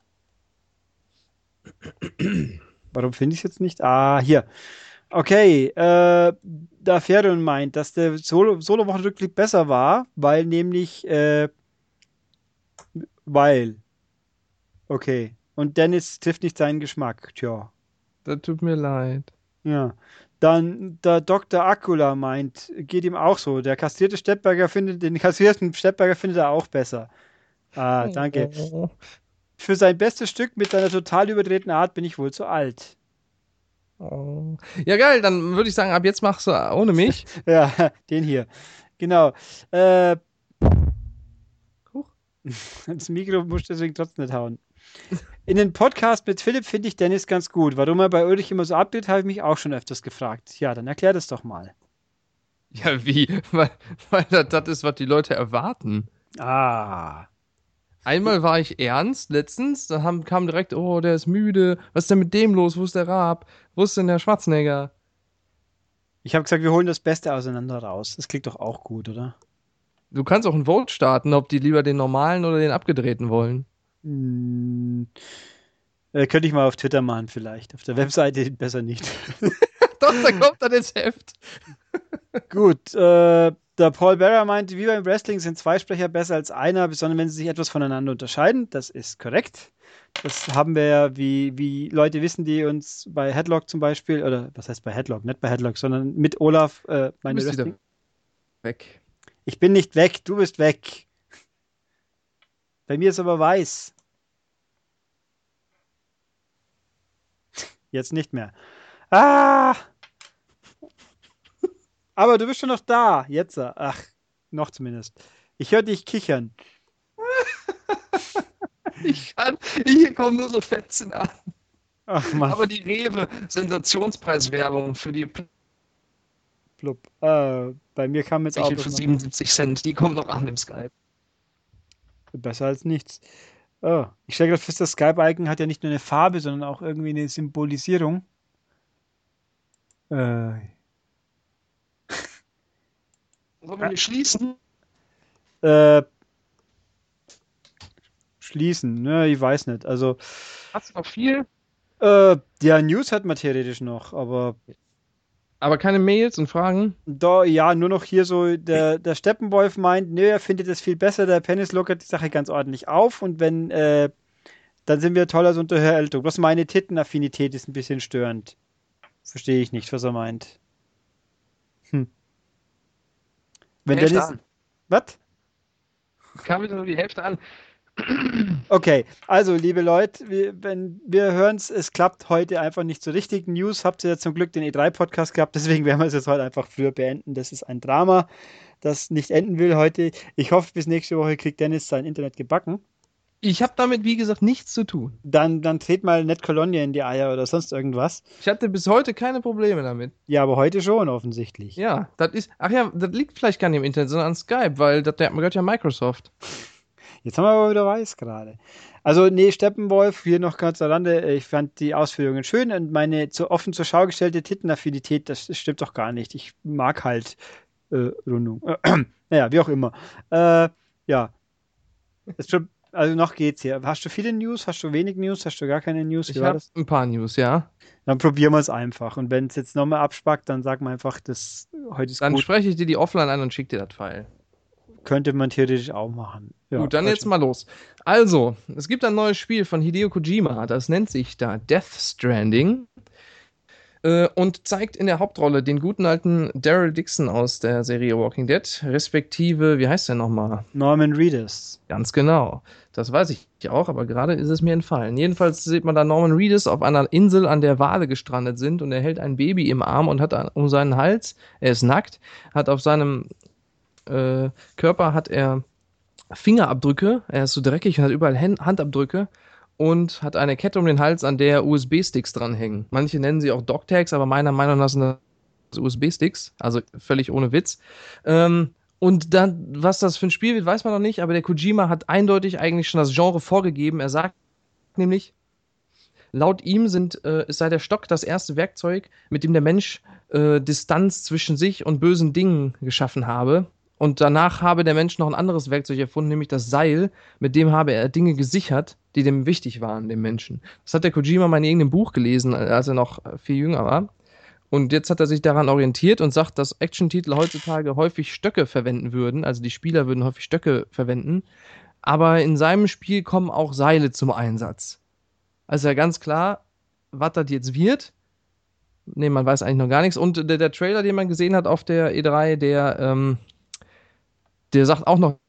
Warum finde ich es jetzt nicht? Ah, hier. Okay, äh, da Ferdinand meint, dass der Solo- Solo-Wochenrückblick besser war, weil nämlich, äh, weil. Okay. Und Dennis trifft nicht seinen Geschmack. Tja. Das tut mir leid. Ja. Dann der Doktor Akula meint, geht ihm auch so. Der kastrierte Steppberger findet, den kastrierten Steppberger findet er auch besser. Ah, danke. Oh. Für sein bestes Stück mit seiner total überdrehten Art bin ich wohl zu alt. Oh. Ja, geil, dann würde ich sagen, ab jetzt machst du ohne mich. Ja, den hier. Genau. Äh, Huch. das Mikro muss deswegen trotzdem nicht hauen. In den Podcast mit Philipp finde ich Dennis ganz gut. Warum er bei Ulrich immer so abgeht, habe ich mich auch schon öfters gefragt. Ja, dann erklär das doch mal. Ja, wie? Weil, weil das, das ist, was die Leute erwarten. Ah. Einmal war ich ernst letztens, da haben, kam direkt, oh, der ist müde. Was ist denn mit dem los? Wo ist der Raab? Wo ist denn der Schwarzenegger? Ich habe gesagt, wir holen das Beste auseinander raus. Das klingt doch auch gut, oder? Du kannst auch ein Vote starten, ob die lieber den normalen oder den abgedrehten wollen. Hm, äh, könnte ich mal auf Twitter machen, vielleicht. Auf der Webseite besser nicht. Doch, da kommt dann ins Heft. Gut, äh, der Paul Bearer meinte, wie beim Wrestling sind zwei Sprecher besser als einer, besonders wenn sie sich etwas voneinander unterscheiden. Das ist korrekt. Das haben wir ja, wie, wie Leute wissen, die uns bei Headlock zum Beispiel, oder was heißt bei Headlock, nicht bei Headlock, sondern mit Olaf, äh, Du meine bist Wrestling. wieder weg. Ich bin nicht weg, du bist weg. Bei mir ist aber weiß. Jetzt nicht mehr. Ah! Aber du bist schon noch da. Jetzt. äh, Ach, noch zumindest. Ich höre dich kichern. Ich kann, hier kommen nur so Fetzen an. Ach Mann, Aber die Rewe Sensationspreiswerbung für die blub. Äh, bei mir kam jetzt auch Fläche bloß für noch siebenundsiebzig Cent, die kommen noch an im Skype. besser als nichts. Oh, ich stelle gerade fest, das Skype-Icon hat ja nicht nur eine Farbe, sondern auch irgendwie eine Symbolisierung. Äh, Wollen wir hier schließen? äh, schließen, ne, ich weiß nicht. Also, Hast du noch viel? äh, ja, News hat man theoretisch noch, aber Aber keine Mails und Fragen? da, ja, nur noch hier so, der, der Steppenwolf meint, nö, er findet es viel besser, der Penis lockert die Sache ganz ordentlich auf und wenn, äh, dann sind wir toller so unter Unterhaltung. Bloß meine Tittenaffinität ist ein bisschen störend. Verstehe ich nicht, was er meint. Hm. Wenn Hälfte Dennis. an. Was? Kam wieder nur die Hälfte an. Okay, also liebe Leute, wir, wenn wir hören es, es klappt heute einfach nicht so richtig. News habt ihr ja zum Glück den E drei Podcast gehabt, deswegen werden wir es jetzt heute einfach früher beenden. Das ist ein Drama, das nicht enden will heute. Ich hoffe, bis nächste Woche kriegt Dennis sein Internet gebacken. Ich habe damit, wie gesagt, nichts zu tun. Dann, dann tret mal Net Cologne in die Eier oder sonst irgendwas. Ich hatte bis heute keine Probleme damit. Ja, aber heute schon offensichtlich. Ja, das ist. Ach ja, das liegt vielleicht gar nicht im Internet, sondern an Skype, weil das der gehört ja Microsoft. Jetzt haben wir aber wieder weiß gerade. Also, nee, Steppenwolf, hier noch ganz am Rande. Ich fand die Ausführungen schön und meine zu offen zur Schau gestellte Tittenaffinität, das, das stimmt doch gar nicht. Ich mag halt äh, Rundung. Naja, wie auch immer. Äh, ja. Ist schon, also noch geht's hier. Hast du viele News? Hast du wenig News? Hast du gar keine News? Wie Ich war habe das? ein paar News, ja. Dann probieren wir es einfach. Und wenn es jetzt nochmal abspackt, dann sagen wir einfach, das heute ist Dann gut. spreche ich dir die offline an und schicke dir das File. Könnte man theoretisch auch machen. Ja, Gut, dann weiß jetzt schon. mal los. Also, es gibt ein neues Spiel von Hideo Kojima, das nennt sich da Death Stranding äh, und zeigt in der Hauptrolle den guten alten Daryl Dixon aus der Serie Walking Dead, respektive, wie heißt der nochmal? Norman Reedus. Ganz genau. Das weiß ich auch, aber gerade ist es mir entfallen. Jedenfalls sieht man da Norman Reedus auf einer Insel, an der Wale gestrandet sind und er hält ein Baby im Arm und hat an- um seinen Hals, er ist nackt, hat auf seinem äh, Körper hat er Fingerabdrücke. Er ist so dreckig und hat überall Hand- Handabdrücke und hat eine Kette um den Hals, an der U S B-Sticks dranhängen. Manche nennen sie auch Dog-Tags, aber meiner Meinung nach sind das U S B-Sticks, also völlig ohne Witz. Ähm, und dann, was das für ein Spiel wird, weiß man noch nicht, aber der Kojima hat eindeutig eigentlich schon das Genre vorgegeben. Er sagt nämlich, laut ihm sind, äh, es sei der Stock das erste Werkzeug, mit dem der Mensch äh, Distanz zwischen sich und bösen Dingen geschaffen habe. Und danach habe der Mensch noch ein anderes Werkzeug erfunden, nämlich das Seil, mit dem habe er Dinge gesichert, die dem wichtig waren, dem Menschen. Das hat der Kojima mal in irgendeinem Buch gelesen, als er noch viel jünger war. Und jetzt hat er sich daran orientiert und sagt, dass Action-Titel heutzutage häufig Stöcke verwenden würden, also die Spieler würden häufig Stöcke verwenden, aber in seinem Spiel kommen auch Seile zum Einsatz. Also ja ganz klar, was das jetzt wird. Ne, man weiß eigentlich noch gar nichts. Und der, der Trailer, den man gesehen hat auf der E drei, der, ähm, der sagt auch noch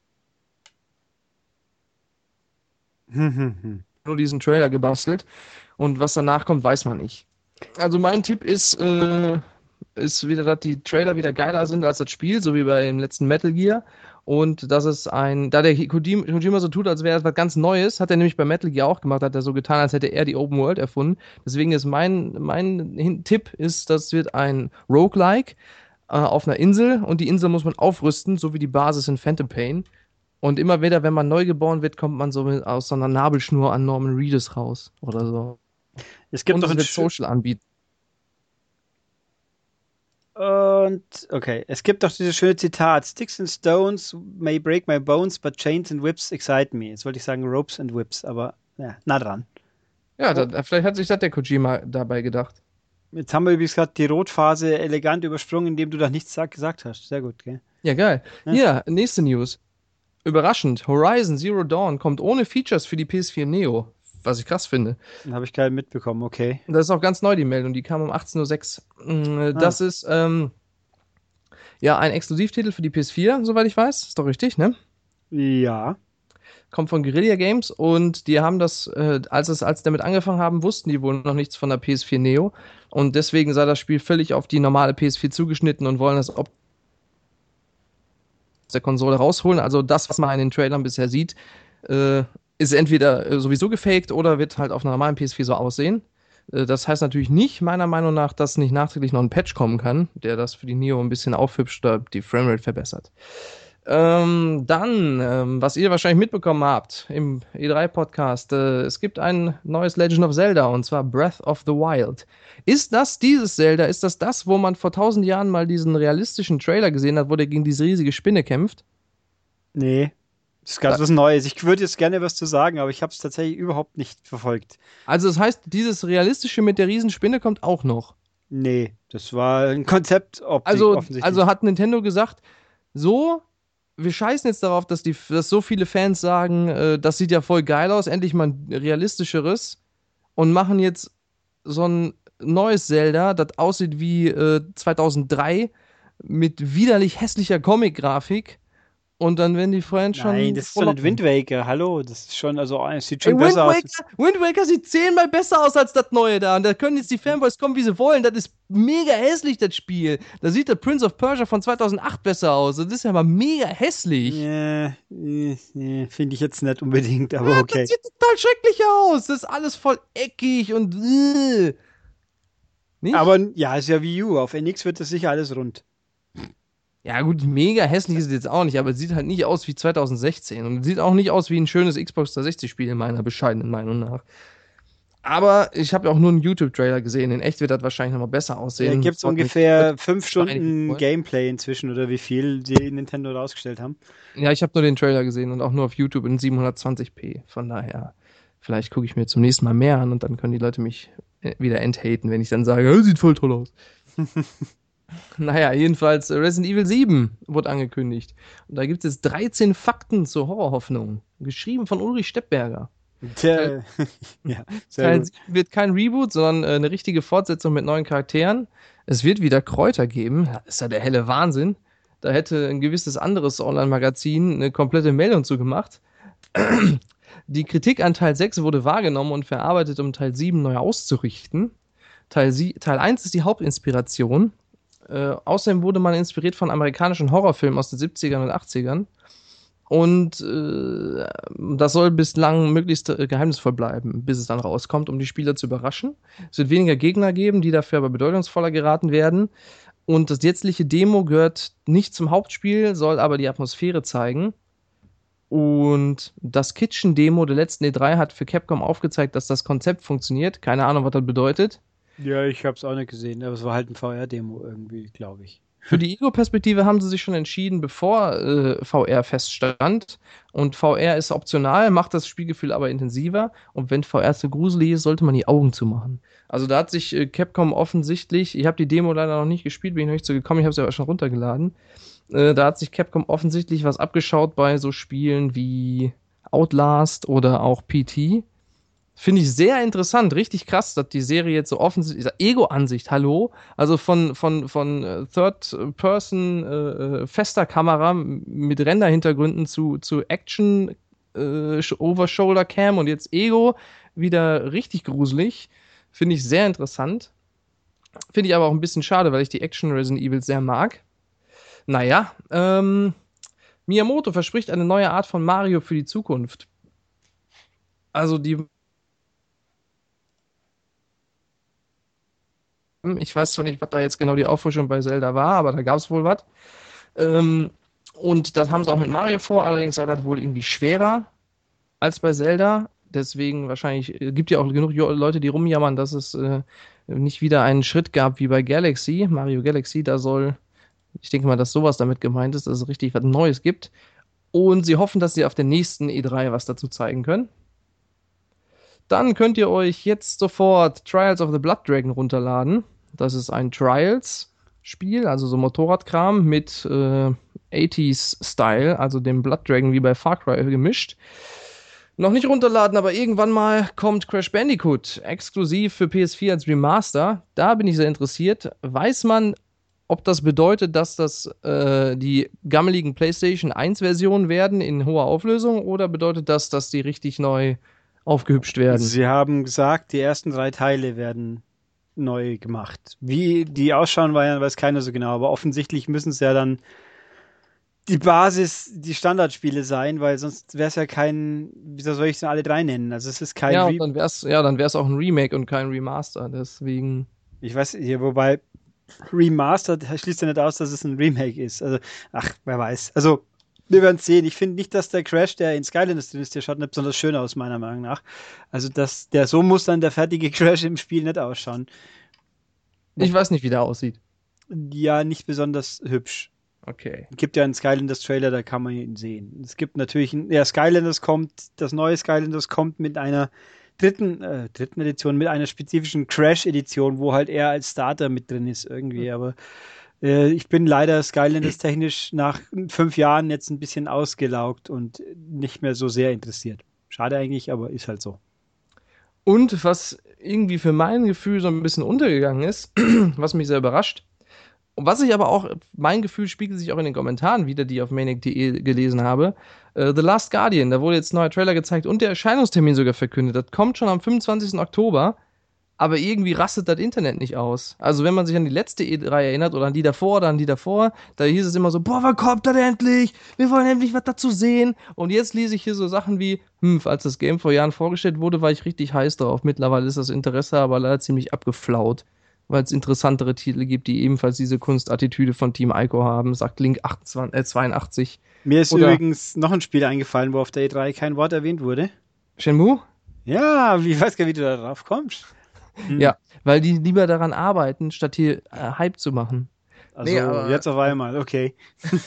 nur diesen Trailer gebastelt. Und was danach kommt, weiß man nicht. Also mein Tipp ist, äh, ist wieder, dass die Trailer wieder geiler sind als das Spiel, so wie bei dem letzten Metal Gear. Und dass es ein, da der Kojima, Kojima so tut, als wäre es was ganz Neues, hat er nämlich bei Metal Gear auch gemacht, hat er so getan, als hätte er die Open World erfunden. Deswegen ist mein, mein Hin- Tipp ist, das wird ein Roguelike äh, auf einer Insel und die Insel muss man aufrüsten, so wie die Basis in Phantom Pain. Und immer wieder, wenn man neu geboren wird, kommt man so mit, aus so einer Nabelschnur an Norman Reedus raus oder so. Es gibt Und doch es ein wird Sch- Social anbieten. Und, okay, es gibt doch dieses schöne Zitat: Sticks and stones may break my bones, but chains and whips excite me. Jetzt wollte ich sagen Ropes and Whips, aber ja, nah dran. Ja, da, vielleicht hat sich das der Kojima dabei gedacht. Jetzt haben wir übrigens gerade die Rotphase elegant übersprungen, indem du da nichts sag- gesagt hast. Sehr gut, gell? Ja, geil. Ja. Hier, nächste News. Überraschend, Horizon Zero Dawn kommt ohne Features für die P S vier Neo, was ich krass finde. Dann habe ich gerade mitbekommen, okay. Das ist auch ganz neu, die Meldung, die kam um achtzehn Uhr sechs. Das ist ähm, ja ein Exklusivtitel für die P S vier, soweit ich weiß. Ist doch richtig, ne? Ja. Kommt von Guerilla Games und die haben das, äh, als es, als sie damit angefangen haben, wussten die wohl noch nichts von der P S vier Neo und deswegen sei das Spiel völlig auf die normale P S vier zugeschnitten und wollen das ob der Konsole rausholen. Also das, was man in den Trailern bisher sieht, äh, ist entweder äh, sowieso gefaked oder wird halt auf einer normalen P S vier so aussehen. Äh, das heißt natürlich nicht, meiner Meinung nach, dass nicht nachträglich noch ein Patch kommen kann, der das für die Neo ein bisschen aufhübscht oder die Framerate verbessert. Ähm, dann, ähm, was ihr wahrscheinlich mitbekommen habt im E drei Podcast, äh, es gibt ein neues Legend of Zelda und zwar Breath of the Wild. Ist das dieses Zelda? Ist das das, wo man vor tausend Jahren mal diesen realistischen Trailer gesehen hat, wo der gegen diese riesige Spinne kämpft? Nee. Das ist ganz was Neues. Ich würde jetzt gerne was zu sagen, aber ich habe es tatsächlich überhaupt nicht verfolgt. Also das heißt, dieses realistische mit der riesen Spinne kommt auch noch. Nee, das war ein Konzept, Also, offensichtlich. also hat Nintendo gesagt, so, wir scheißen jetzt darauf, dass, die, dass so viele Fans sagen, äh, das sieht ja voll geil aus, endlich mal ein realistischeres und machen jetzt so ein neues Zelda, das aussieht wie äh, zweitausenddrei mit widerlich hässlicher Comic-Grafik und dann werden die Fans schon... Nein, das ist doch nicht Wind Waker. Hallo, das ist schon, also es sieht Ey, schon Wind besser aus. Waker, Wind Waker sieht zehnmal besser aus als das neue da. Und da können jetzt die Fanboys kommen, wie sie wollen. Das ist mega hässlich, das Spiel. Da sieht der Prince of Persia von zweitausendacht besser aus. Das ist ja mal mega hässlich. Ja, äh, äh, finde ich jetzt nicht unbedingt, aber Ja, okay. das sieht total schrecklich aus. Das ist alles voll eckig und. Äh. Nicht? Aber ja, ist ja Wii U. Auf N X wird das sicher alles rund. Ja, gut, mega hässlich ist es jetzt auch nicht, aber es sieht halt nicht aus wie zweitausendsechzehn. Und sieht auch nicht aus wie ein schönes Xbox dreihundertsechzig-Spiel, in meiner bescheidenen Meinung nach. Aber ich habe ja auch nur einen YouTube-Trailer gesehen. In echt wird das wahrscheinlich nochmal besser aussehen. Da gibt es Dort ungefähr mit- fünf Stunden wollen. Gameplay inzwischen oder wie viel die Nintendo rausgestellt haben. Ja, ich habe nur den Trailer gesehen und auch nur auf YouTube in siebenhundertzwanzig p. Von daher, vielleicht gucke ich mir zum nächsten Mal mehr an und dann können die Leute mich äh, wieder enthaten, wenn ich dann sage, "Ja, sieht voll toll aus." Naja, jedenfalls äh, Resident Evil sieben wurde angekündigt. Und da gibt es jetzt dreizehn Fakten zur Horrorhoffnung. Geschrieben von Ulrich Steppberger. Tja, ja, sehr Teil gut. sieben wird kein Reboot, sondern äh, eine richtige Fortsetzung mit neuen Charakteren. Es wird wieder Kräuter geben. Das ist ja der helle Wahnsinn. Da hätte ein gewisses anderes Online-Magazin eine komplette Meldung zu gemacht. Die Kritik an Teil sechs wurde wahrgenommen und verarbeitet, um Teil sieben neu auszurichten. Teil, sie Teil eins ist die Hauptinspiration. Äh, außerdem wurde man inspiriert von amerikanischen Horrorfilmen aus den siebzigern und achtzigern. Und äh, das soll bislang möglichst äh, geheimnisvoll bleiben, bis es dann rauskommt, um die Spieler zu überraschen. Es wird weniger Gegner geben, die dafür aber bedeutungsvoller geraten werden. Und das jetztliche Demo gehört nicht zum Hauptspiel, soll aber die Atmosphäre zeigen. Und das Kitchen-Demo der letzten E drei hat für Capcom aufgezeigt, dass das Konzept funktioniert. Keine Ahnung, was das bedeutet. Ja, ich habe es auch nicht gesehen, aber es war halt ein V R-Demo irgendwie, glaube ich. Für die Ego-Perspektive haben sie sich schon entschieden, bevor äh, V R feststand. Und V R ist optional, macht das Spielgefühl aber intensiver. Und wenn V R zu gruselig ist, sollte man die Augen zumachen. Also da hat sich äh, Capcom offensichtlich, ich habe die Demo leider noch nicht gespielt, bin ich noch nicht so gekommen, ich habe sie aber schon runtergeladen. Äh, da hat sich Capcom offensichtlich was abgeschaut bei so Spielen wie Outlast oder auch P T. Finde ich sehr interessant, richtig krass, dass die Serie jetzt so offensichtlich, Ego-Ansicht, hallo, also von, von, von äh, Third-Person äh, äh, fester Kamera mit Render-Hintergründen zu, zu Action äh, Over-Shoulder-Cam und jetzt Ego wieder richtig gruselig, finde ich sehr interessant. Finde ich aber auch ein bisschen schade, weil ich die Action Resident Evil sehr mag. Naja, ähm, Miyamoto verspricht eine neue Art von Mario für die Zukunft. Also die Ich weiß zwar nicht, was da jetzt genau die Auffrischung bei Zelda war, aber da gab es wohl was. Ähm, und das haben sie auch mit Mario vor, allerdings sei das wohl irgendwie schwerer als bei Zelda. Deswegen wahrscheinlich, äh, gibt ja auch genug Jo- Leute, die rumjammern, dass es äh, nicht wieder einen Schritt gab wie bei Galaxy, Mario Galaxy. Da soll, ich denke mal, dass sowas damit gemeint ist, dass es richtig was Neues gibt. Und sie hoffen, dass sie auf der nächsten E drei was dazu zeigen können. Dann könnt ihr euch jetzt sofort Trials of the Blood Dragon runterladen. Das ist ein Trials-Spiel, also so Motorradkram mit äh, achtziger-Style, also dem Blood Dragon wie bei Far Cry gemischt. Noch nicht runterladen, aber irgendwann mal kommt Crash Bandicoot exklusiv für P S vier als Remaster. Da bin ich sehr interessiert. Weiß man, ob das bedeutet, dass das äh, die gammeligen PlayStation eins Versionen werden in hoher Auflösung oder bedeutet das, dass die richtig neu aufgehübscht werden? Sie haben gesagt, die ersten drei Teile werden neu gemacht. Wie die ausschauen, weiß keiner so genau, aber offensichtlich müssen es ja dann die Basis, die Standardspiele sein, weil sonst wäre es ja kein, wieso soll ich es denn alle drei nennen? Also es ist kein Ja, Re und dann wär's, ja, dann wär's auch ein Remake und kein Remaster, deswegen. Ich weiß, hier, wobei Remastered schließt ja nicht aus, dass es ein Remake ist. Also, ach, wer weiß. Also, wir werden es sehen. Ich finde nicht, dass der Crash, der in Skylanders drin ist, der schaut nicht besonders schön aus, meiner Meinung nach. Also, das, der, so muss dann der fertige Crash im Spiel nicht ausschauen. Ich weiß nicht, wie der aussieht. Ja, nicht besonders hübsch. Okay. Es gibt ja einen Skylanders Trailer, da kann man ihn sehen. Es gibt natürlich, ein, ja, Skylanders kommt, das neue Skylanders kommt mit einer dritten, äh, dritten Edition, mit einer spezifischen Crash-Edition, wo halt er als Starter mit drin ist irgendwie. Aber äh, ich bin leider Skylanders technisch nach fünf Jahren jetzt ein bisschen ausgelaugt und nicht mehr so sehr interessiert. Schade eigentlich, aber ist halt so. Und was irgendwie für mein Gefühl so ein bisschen untergegangen ist, was mich sehr überrascht, und was ich aber auch, mein Gefühl spiegelt sich auch in den Kommentaren wieder, die ich auf maniac punkt de gelesen habe. Uh, The Last Guardian, da wurde jetzt ein neuer Trailer gezeigt und der Erscheinungstermin sogar verkündet. Das kommt schon am fünfundzwanzigsten Oktober, aber irgendwie rastet das Internet nicht aus. Also wenn man sich an die letzte E drei erinnert oder an die davor oder an die davor, da hieß es immer so, boah, wann kommt das endlich? Wir wollen endlich was dazu sehen. Und jetzt lese ich hier so Sachen wie, hm, als das Game vor Jahren vorgestellt wurde, war ich richtig heiß drauf. Mittlerweile ist das Interesse aber leider ziemlich abgeflaut, weil es interessantere Titel gibt, die ebenfalls diese Kunstattitüde von Team Ico haben, sagt Link achtundzwanzig, äh, zweiundachtzig. Mir ist Oder übrigens noch ein Spiel eingefallen, wo auf der E drei kein Wort erwähnt wurde. Shenmue? Ja, ich weiß gar nicht, wie du da drauf kommst. Hm. Ja, weil die lieber daran arbeiten, statt hier äh, Hype zu machen. Also Nee, aber- jetzt auf einmal, okay.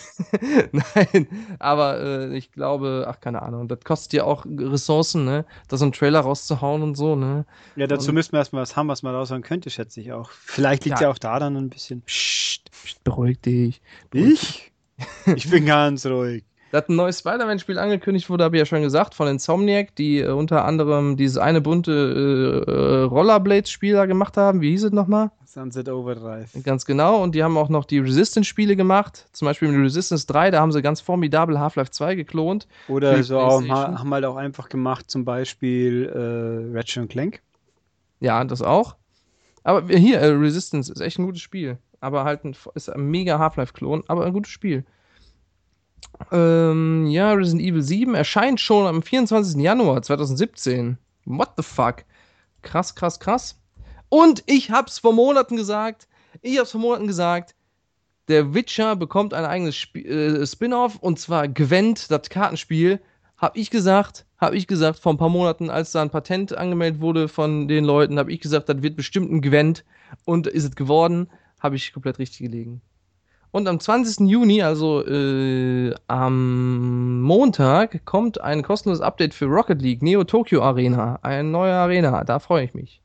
Nein, aber äh, ich glaube, ach, keine Ahnung, das kostet ja auch Ressourcen, ne? Da so einen Trailer rauszuhauen und so, ne? Ja, dazu Und- müssten wir erstmal was haben, was man raushauen könnte, schätze ich auch. Vielleicht liegt ja, Ja. auch da dann ein bisschen. Psst, psst, beruhig dich. Ich? Ich bin ganz ruhig. Da hat ein neues Spider-Man-Spiel angekündigt wurde, habe ich ja schon gesagt, von Insomniac, die äh, unter anderem dieses eine bunte äh, äh, Rollerblades-Spiel da gemacht haben. Wie hieß es nochmal? Sunset Overdrive. Ganz genau. Und die haben auch noch die Resistance-Spiele gemacht. Zum Beispiel mit Resistance drei, da haben sie ganz formidabel Half-Life zwei geklont. Für Oder die so auch, PlayStation. haben halt auch einfach gemacht, zum Beispiel äh, Ratchet und Clank. Ja, das auch. Aber hier, äh, Resistance ist echt ein gutes Spiel. Aber halt ein, ist ein mega Half-Life-Klon, aber ein gutes Spiel. Ähm, ja, Resident Evil sieben erscheint schon am vierundzwanzigsten Januar zweitausendsiebzehn. What the fuck? Krass, krass, krass. Und ich hab's vor Monaten gesagt. Ich hab's vor Monaten gesagt. Der Witcher bekommt ein eigenes Sp äh, Spin-off und zwar Gwent, das Kartenspiel. Hab ich gesagt, hab ich gesagt, vor ein paar Monaten, als da ein Patent angemeldet wurde von den Leuten, hab ich gesagt, das wird bestimmt ein Gwent. Und ist es geworden, habe ich komplett richtig gelegen. Und am zwanzigsten Juni, also äh, am Montag, kommt ein kostenloses Update für Rocket League, Neo Tokyo Arena. Eine neue Arena, da freue ich mich.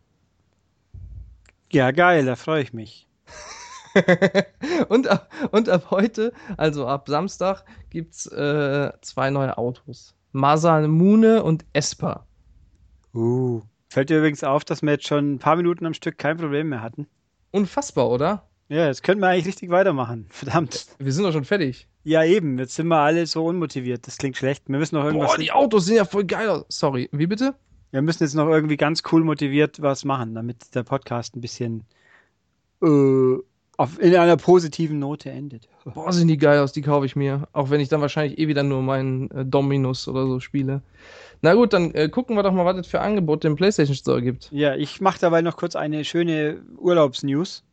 Ja, geil, da freue ich mich. und, ab, und ab heute, also ab Samstag, gibt's äh, zwei neue Autos. Masamune und Esper. Uh. Fällt dir übrigens auf, dass wir jetzt schon ein paar Minuten am Stück kein Problem mehr hatten? Unfassbar, oder? Ja, jetzt könnten wir eigentlich richtig weitermachen. Verdammt. Wir sind doch schon fertig. Ja, eben. Jetzt sind wir alle so unmotiviert. Das klingt schlecht. Wir müssen noch irgendwas. Boah, die Autos sehen ja voll geil aus. Sorry, wie bitte? Wir müssen jetzt noch irgendwie ganz cool motiviert was machen, damit der Podcast ein bisschen äh, auf, in einer positiven Note endet. Boah, sehen die geil aus, die kaufe ich mir. Auch wenn ich dann wahrscheinlich eh wieder nur meinen äh, Dominus oder so spiele. Na gut, dann äh, gucken wir doch mal, was es für Angebote im PlayStation Store gibt. Ja, ich mache dabei noch kurz eine schöne Urlaubsnews.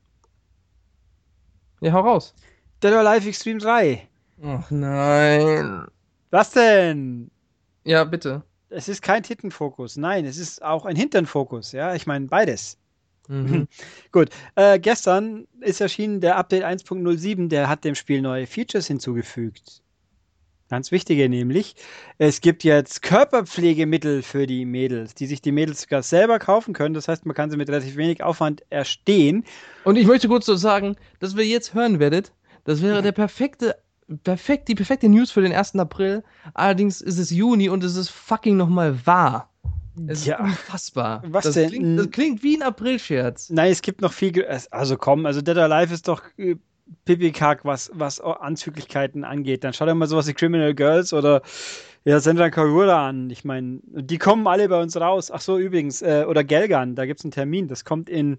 Ja, hau raus. Dead or Alive Extreme drei. Ach nein. Was denn? Ja, bitte. Es ist kein Tittenfokus. Nein, es ist auch ein Hinternfokus. Ja, ich meine beides. Mhm. Gut. Äh, gestern ist erschienen der Update eins Punkt null sieben. Der hat dem Spiel neue Features hinzugefügt. Ganz wichtige nämlich. Es gibt jetzt Körperpflegemittel für die Mädels, die sich die Mädels sogar selber kaufen können. Das heißt, man kann sie mit relativ wenig Aufwand erstehen. Und ich möchte kurz so sagen, dass wir jetzt hören werdet, das wäre der perfekte, perfekt, die perfekte News für den ersten April. Allerdings ist es Juni und es ist fucking nochmal wahr. Es Ja. ist unfassbar. Was das denn? Klingt, das klingt wie ein Aprilscherz. Nein, es gibt noch viel. ge- Also komm, also Dead or Alive ist doch äh, Pipi-Kack, was, was Anzüglichkeiten angeht. Dann schau dir mal sowas wie Criminal Girls oder ja, Senran Kagura an. Ich meine, die kommen alle bei uns raus. Ach so, übrigens, äh, oder Gelgan, da gibt es einen Termin. Das kommt in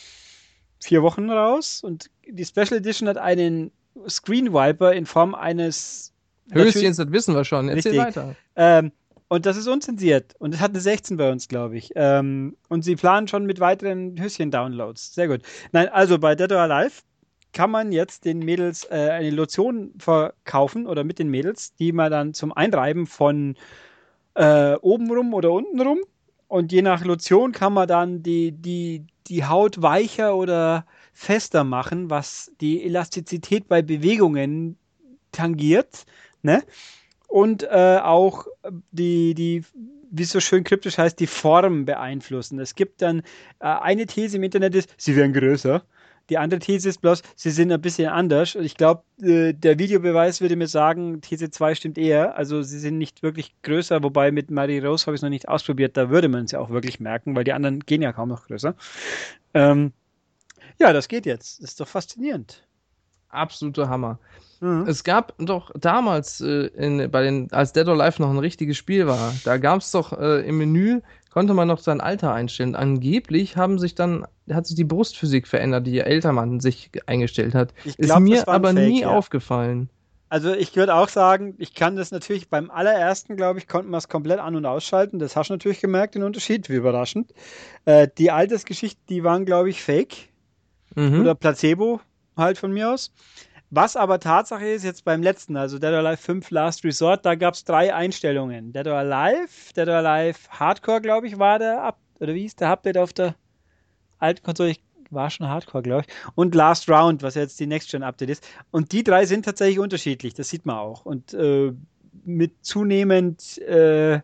vier Wochen raus und die Special Edition hat einen Screen Wiper in Form eines Höchstens, das wissen wir schon. Erzähl Richtig. weiter. Ähm, und das ist unzensiert. Und es hat eine sechzehn bei uns, glaube ich. Ähm, und sie planen schon mit weiteren Höschen-Downloads. Sehr gut. Nein, also bei Dead or Alive kann man jetzt den Mädels äh, eine Lotion verkaufen oder mit den Mädels, die man dann zum Einreiben von äh, oben rum oder unten rum. Und je nach Lotion kann man dann die, die, die Haut weicher oder fester machen, was die Elastizität bei Bewegungen tangiert. Ne? Und äh, auch die, die, wie es so schön kryptisch heißt, die Form beeinflussen. Es gibt dann äh, eine These im Internet ist, sie werden größer. Die andere These ist bloß, sie sind ein bisschen anders. Und ich glaube, äh, der Videobeweis würde mir sagen, These zwei stimmt eher. Also sie sind nicht wirklich größer, wobei mit Marie Rose habe ich es noch nicht ausprobiert. Da würde man es ja auch wirklich merken, weil die anderen gehen ja kaum noch größer. Ähm, ja, das geht jetzt. Das ist doch faszinierend. Absoluter Hammer. Mhm. Es gab doch damals, äh, in, bei den, als Dead or Alive noch ein richtiges Spiel war, da gab es doch äh, im Menü, konnte man noch sein Alter einstellen. Angeblich haben sich dann, hat sich die Brustphysik verändert, je älter man sich eingestellt hat. Ich Ist glaub, mir das war ein aber Fake, nie ja. aufgefallen. Also ich würde auch sagen, ich kann das natürlich beim allerersten, glaube ich, konnten wir es komplett an- und ausschalten. Das hast du natürlich gemerkt, den Unterschied, wie überraschend. Äh, die Altersgeschichten, die waren, glaube ich, fake Mhm. oder Placebo halt von mir aus. Was aber Tatsache ist, jetzt beim letzten, also Dead or Alive fünf Last Resort, da gab es drei Einstellungen. Dead or Alive, Dead or Alive Hardcore, glaube ich, war der Up oder wie hieß der Update auf der alten Konsole? Ich war schon Hardcore, glaube ich. Und Last Round, was jetzt die Next-Gen-Update ist. Und die drei sind tatsächlich unterschiedlich, das sieht man auch. Und äh, mit zunehmend äh,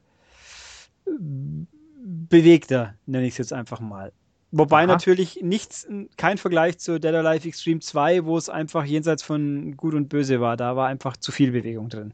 bewegter, nenne ich es jetzt einfach mal. Wobei Aha. natürlich nichts, kein Vergleich zu Dead or Alive Extreme zwei, wo es einfach jenseits von Gut und Böse war. Da war einfach zu viel Bewegung drin.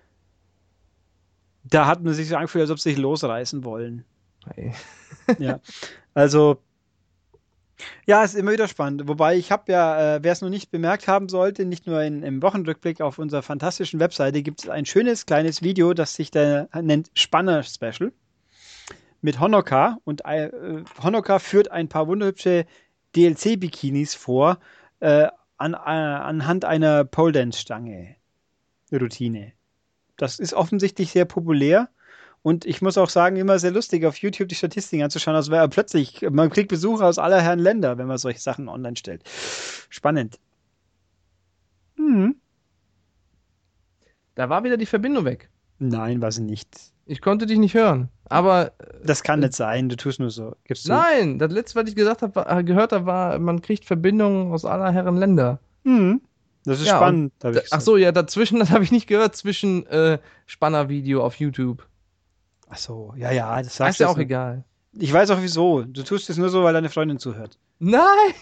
Da hat man sich so angefühlt, als ob sie sich losreißen wollen. Hey. Ja, also ja, ist immer wieder spannend. Wobei ich habe ja, äh, wer es noch nicht bemerkt haben sollte, nicht nur in, im Wochenrückblick auf unserer fantastischen Webseite gibt es ein schönes kleines Video, das sich da nennt Spanner Special mit Honoka. Und äh, Honoka führt ein paar wunderhübsche D L C-Bikinis vor äh, an, äh, anhand einer Pole-Dance-Stange. Routine. das ist offensichtlich sehr populär. Und ich muss auch sagen, immer sehr lustig, auf YouTube die Statistiken anzuschauen. Also wäre plötzlich, man kriegt Besucher aus aller Herren Länder, wenn man solche Sachen online stellt. Spannend. Hm. Da war wieder die Verbindung weg. Nein, war sie nicht. Ich konnte dich nicht hören. Aber Das kann nicht sein, du tust nur so. Gibst du? nein, das letzte, was ich gesagt habe, war, gehört habe, war, man kriegt Verbindungen aus aller Herren Länder. Hm. Das ist Ja, spannend, habe ich Da- Ach gesagt. so, ja, dazwischen, das habe ich nicht gehört, zwischen äh, Spanner-Video auf YouTube. Ach so, ja, ja, das Ach, sagst ist ja du auch jetzt egal. nur. Ich weiß auch wieso. Du tust es nur so, weil deine Freundin zuhört. Nein!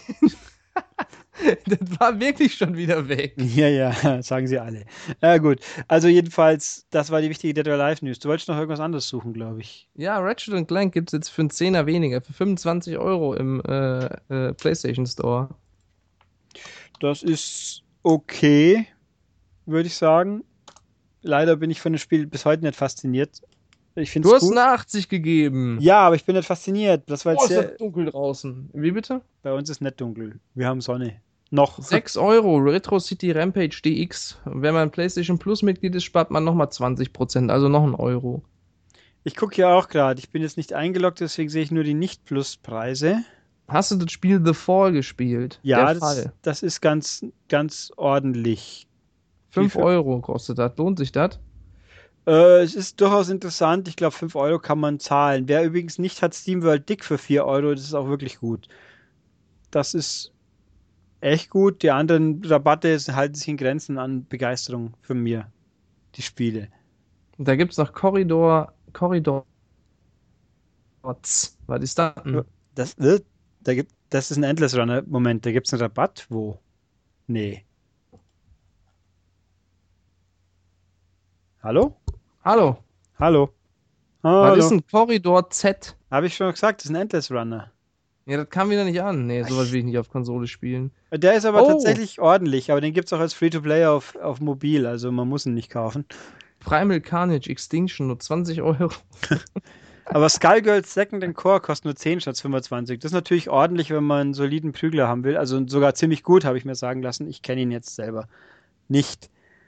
Das war wirklich schon wieder weg. Ja, ja, sagen sie alle. Ja, gut. Also jedenfalls, das war die wichtige Dead or Alive News. Du wolltest noch irgendwas anderes suchen, glaube ich. Ja, Ratchet und Clank gibt es jetzt für einen Zehner weniger, für fünfundzwanzig Euro im äh, äh, PlayStation Store. Das ist okay, würde ich sagen. Leider bin ich von dem Spiel bis heute nicht fasziniert. Ich finde Du es hast gut. eine achtzig gegeben. Ja, aber ich bin nicht fasziniert. Das war Oh, jetzt ist sehr, das dunkel draußen. Wie bitte? bei uns ist nicht dunkel. Wir haben Sonne. Noch. sechs Euro, Retro City Rampage D X. Wenn man PlayStation Plus Mitglied ist, spart man nochmal zwanzig Prozent, also noch ein Euro. Ich gucke ja auch gerade. Ich bin jetzt nicht eingeloggt, deswegen sehe ich nur die Nicht-Plus-Preise. Hast du das Spiel The Fall gespielt? Ja, Der das, Fall. das ist ganz, ganz ordentlich. fünf Wie viel- Euro kostet das. Lohnt sich das? Äh, es ist durchaus interessant. Ich glaube, fünf Euro kann man zahlen. Wer übrigens nicht hat, SteamWorld Dick für vier Euro, das ist auch wirklich gut. Das ist echt gut. Die anderen Rabatte halten sich in Grenzen an Begeisterung für mir. Die Spiele. Da gibt es noch Corridor. Corridor. Was ist das denn? Das, äh, da gibt, das ist ein Endless Runner. Moment, da gibt es einen Rabatt? Wo? Nee. Hallo? Hallo. Hallo? Was ist Hallo? ein Corridor Z? Habe ich schon gesagt, das ist ein Endless Runner. Ja, das kam wieder nicht an. Nee, sowas will ich nicht auf Konsole spielen. Der ist aber Oh. tatsächlich ordentlich, aber den gibt es auch als Free-to-Play auf, auf Mobil, also man muss ihn nicht kaufen. Primal Carnage Extinction, nur zwanzig Euro. Aber Skullgirls Second and Core kostet nur zehn statt fünfundzwanzig. Das ist natürlich ordentlich, wenn man einen soliden Prügler haben will. Also sogar ziemlich gut, habe ich mir sagen lassen. Ich kenne ihn jetzt selber nicht.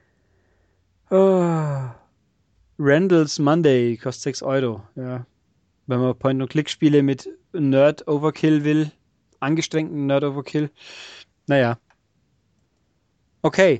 Oh. Randall's Monday kostet sechs Euro. Ja. Wenn man Point-and-Click-Spiele mit Nerd-Overkill will, angestrengten Nerd-Overkill. Naja. Okay.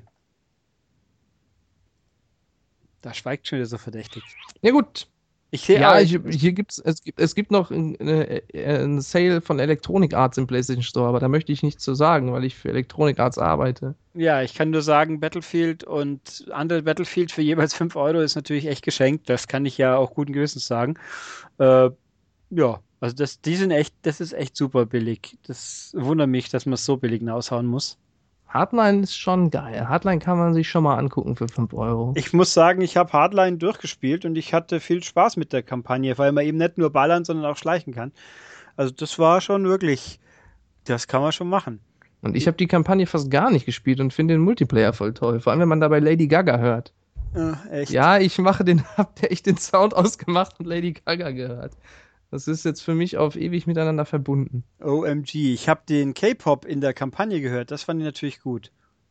Da schweigt schon wieder so verdächtig. Ja gut. Ich sehe Ja, auch- ich, hier gibt's, es gibt, es gibt noch ein, äh, äh, ein Sale von Electronic Arts im PlayStation Store, aber da möchte ich nichts zu sagen, weil ich für Electronic Arts arbeite. Ja, ich kann nur sagen, Battlefield und andere Battlefield für jeweils fünf Euro ist natürlich echt geschenkt. Das kann ich ja auch guten Gewissens sagen. Äh, ja, also das, die sind echt, das ist echt super billig. Das wundert mich, dass man es so billig aushauen muss. Hardline ist schon geil. Hardline kann man sich schon mal angucken für fünf Euro. Ich muss sagen, ich habe Hardline durchgespielt und ich hatte viel Spaß mit der Kampagne, weil man eben nicht nur ballern, sondern auch schleichen kann. Also das war schon wirklich, das kann man schon machen. Und ich habe die Kampagne fast gar nicht gespielt und finde den Multiplayer voll toll. Vor allem, wenn man dabei Lady Gaga hört. Äh, echt. Ja, ich mache den, hab der echt den Sound ausgemacht und Lady Gaga gehört. Das ist jetzt für mich auf ewig miteinander verbunden. O M G, ich habe den K-Pop in der Kampagne gehört, das fand ich natürlich gut.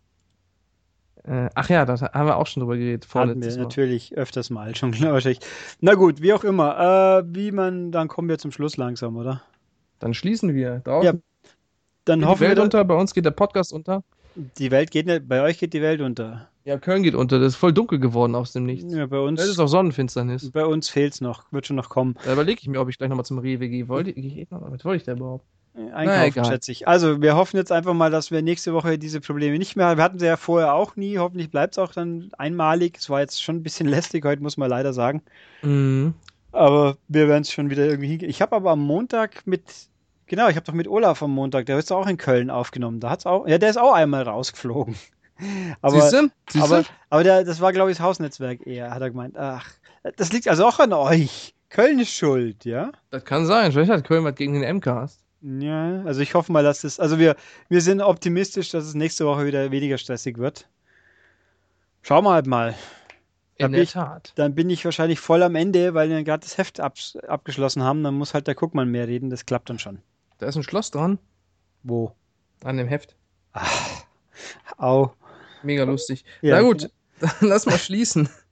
Äh, ach ja, da haben wir auch schon drüber geredet. Hatten Vorletztes wir Mal. natürlich öfters mal schon, wahrscheinlich. Na gut, wie auch immer. Äh, wie man, dann kommen wir zum Schluss langsam, oder? Dann schließen wir. Draußen Ja, Dann geht die hoffen wir, Welt dass- unter, bei uns geht der Podcast unter. die Welt geht nicht, bei euch geht die Welt unter. Ja, Köln geht unter. Das ist voll dunkel geworden aus dem Nichts. Ja, bei Das ist uns, auch Sonnenfinsternis. bei uns fehlt's noch, wird schon noch kommen. Da überlege ich mir, ob ich gleich nochmal zum Rewe gehe. Wollte ich, ich, was wollte ich da überhaupt? Einkaufen, egal. schätze ich. Also, wir hoffen jetzt einfach mal, dass wir nächste Woche diese Probleme nicht mehr haben. Wir hatten sie ja vorher auch nie. Hoffentlich bleibt es auch dann einmalig. Es war jetzt schon ein bisschen lästig heute, muss man leider sagen. Mhm. Aber wir werden es schon wieder irgendwie hingehen. Ich habe aber am Montag mit, genau, ich habe doch mit Olaf am Montag, der ist auch in Köln aufgenommen. Da hat's auch, ja, der ist auch einmal rausgeflogen. Aber, Siehste? Siehste? aber, aber der, das war, glaube ich, das Hausnetzwerk eher, hat er gemeint. Ach, das liegt also auch an euch. Köln ist schuld, ja? Das kann sein. Vielleicht hat Köln was gegen den M-Cast. Ja, also ich hoffe mal, dass es, also wir, wir sind optimistisch, dass es nächste Woche wieder weniger stressig wird. Schauen wir halt mal. Da In bin der ich, Tat. dann bin ich wahrscheinlich voll am Ende, weil wir gerade das Heft ab, abgeschlossen haben. Dann muss halt der Guckmann mehr reden, das klappt dann schon. Da ist ein Schloss dran. Wo? An dem Heft. Au. Mega lustig. Ja. Na gut, dann lass mal schließen.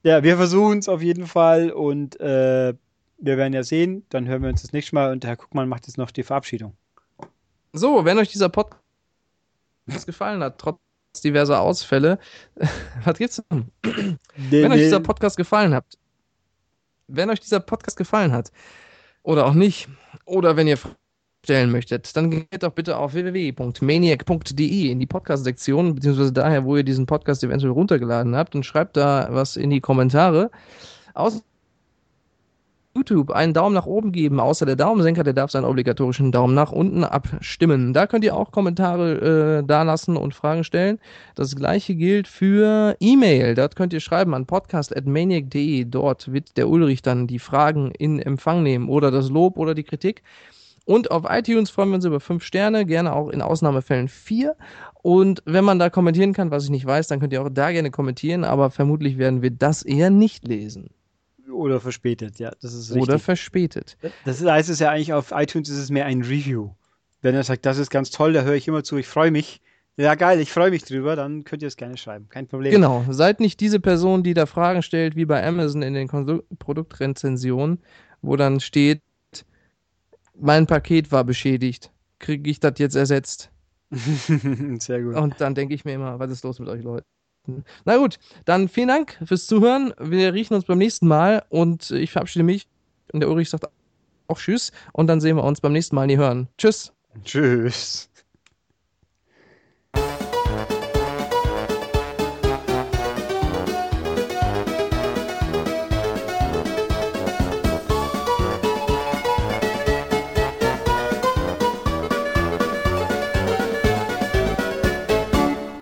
Ja, wir versuchen es auf jeden Fall und äh, wir werden ja sehen. Dann hören wir uns das nächste Mal und der Herr Guckmann macht jetzt noch die Verabschiedung. So, wenn euch dieser Podcast gefallen hat, trotz diverser Ausfälle, was gibt's denn? Nee, Wenn euch dieser nee. Podcast gefallen hat, wenn euch dieser Podcast gefallen hat oder auch nicht, oder wenn ihr Fragen stellen möchtet, dann geht doch bitte auf w w w punkt maniac punkt d e in die Podcast-Sektion, beziehungsweise daher, wo ihr diesen Podcast eventuell runtergeladen habt und schreibt da was in die Kommentare. Aus YouTube einen Daumen nach oben geben, außer der Daumensenker, der darf seinen obligatorischen Daumen nach unten abstimmen. Da könnt ihr auch Kommentare äh, da lassen und Fragen stellen. Das gleiche gilt für E-Mail. Dort könnt ihr schreiben an podcast at maniac punkt de. Dort wird der Ulrich dann die Fragen in Empfang nehmen oder das Lob oder die Kritik. Und auf iTunes freuen wir uns über fünf Sterne, gerne auch in Ausnahmefällen vier. Und wenn man da kommentieren kann, was ich nicht weiß, dann könnt ihr auch da gerne kommentieren, aber vermutlich werden wir das eher nicht lesen. Oder verspätet, ja, das ist Oder richtig. verspätet. Das heißt es ja eigentlich, auf iTunes ist es mehr ein Review. Wenn er sagt, das ist ganz toll, da höre ich immer zu, ich freue mich. Ja, geil, ich freue mich drüber, dann könnt ihr es gerne schreiben. Kein Problem. Genau, seid nicht diese Person, die da Fragen stellt, wie bei Amazon in den Konsu- Produktrezensionen, wo dann steht, mein Paket war beschädigt, kriege ich das jetzt ersetzt? Sehr gut. Und dann denke ich mir immer, was ist los mit euch Leuten? Na gut, dann vielen Dank fürs Zuhören. Wir riechen uns beim nächsten Mal und ich verabschiede mich. Und der Ulrich sagt auch Tschüss. Und dann sehen wir uns beim nächsten Mal nie hören. Tschüss. Tschüss.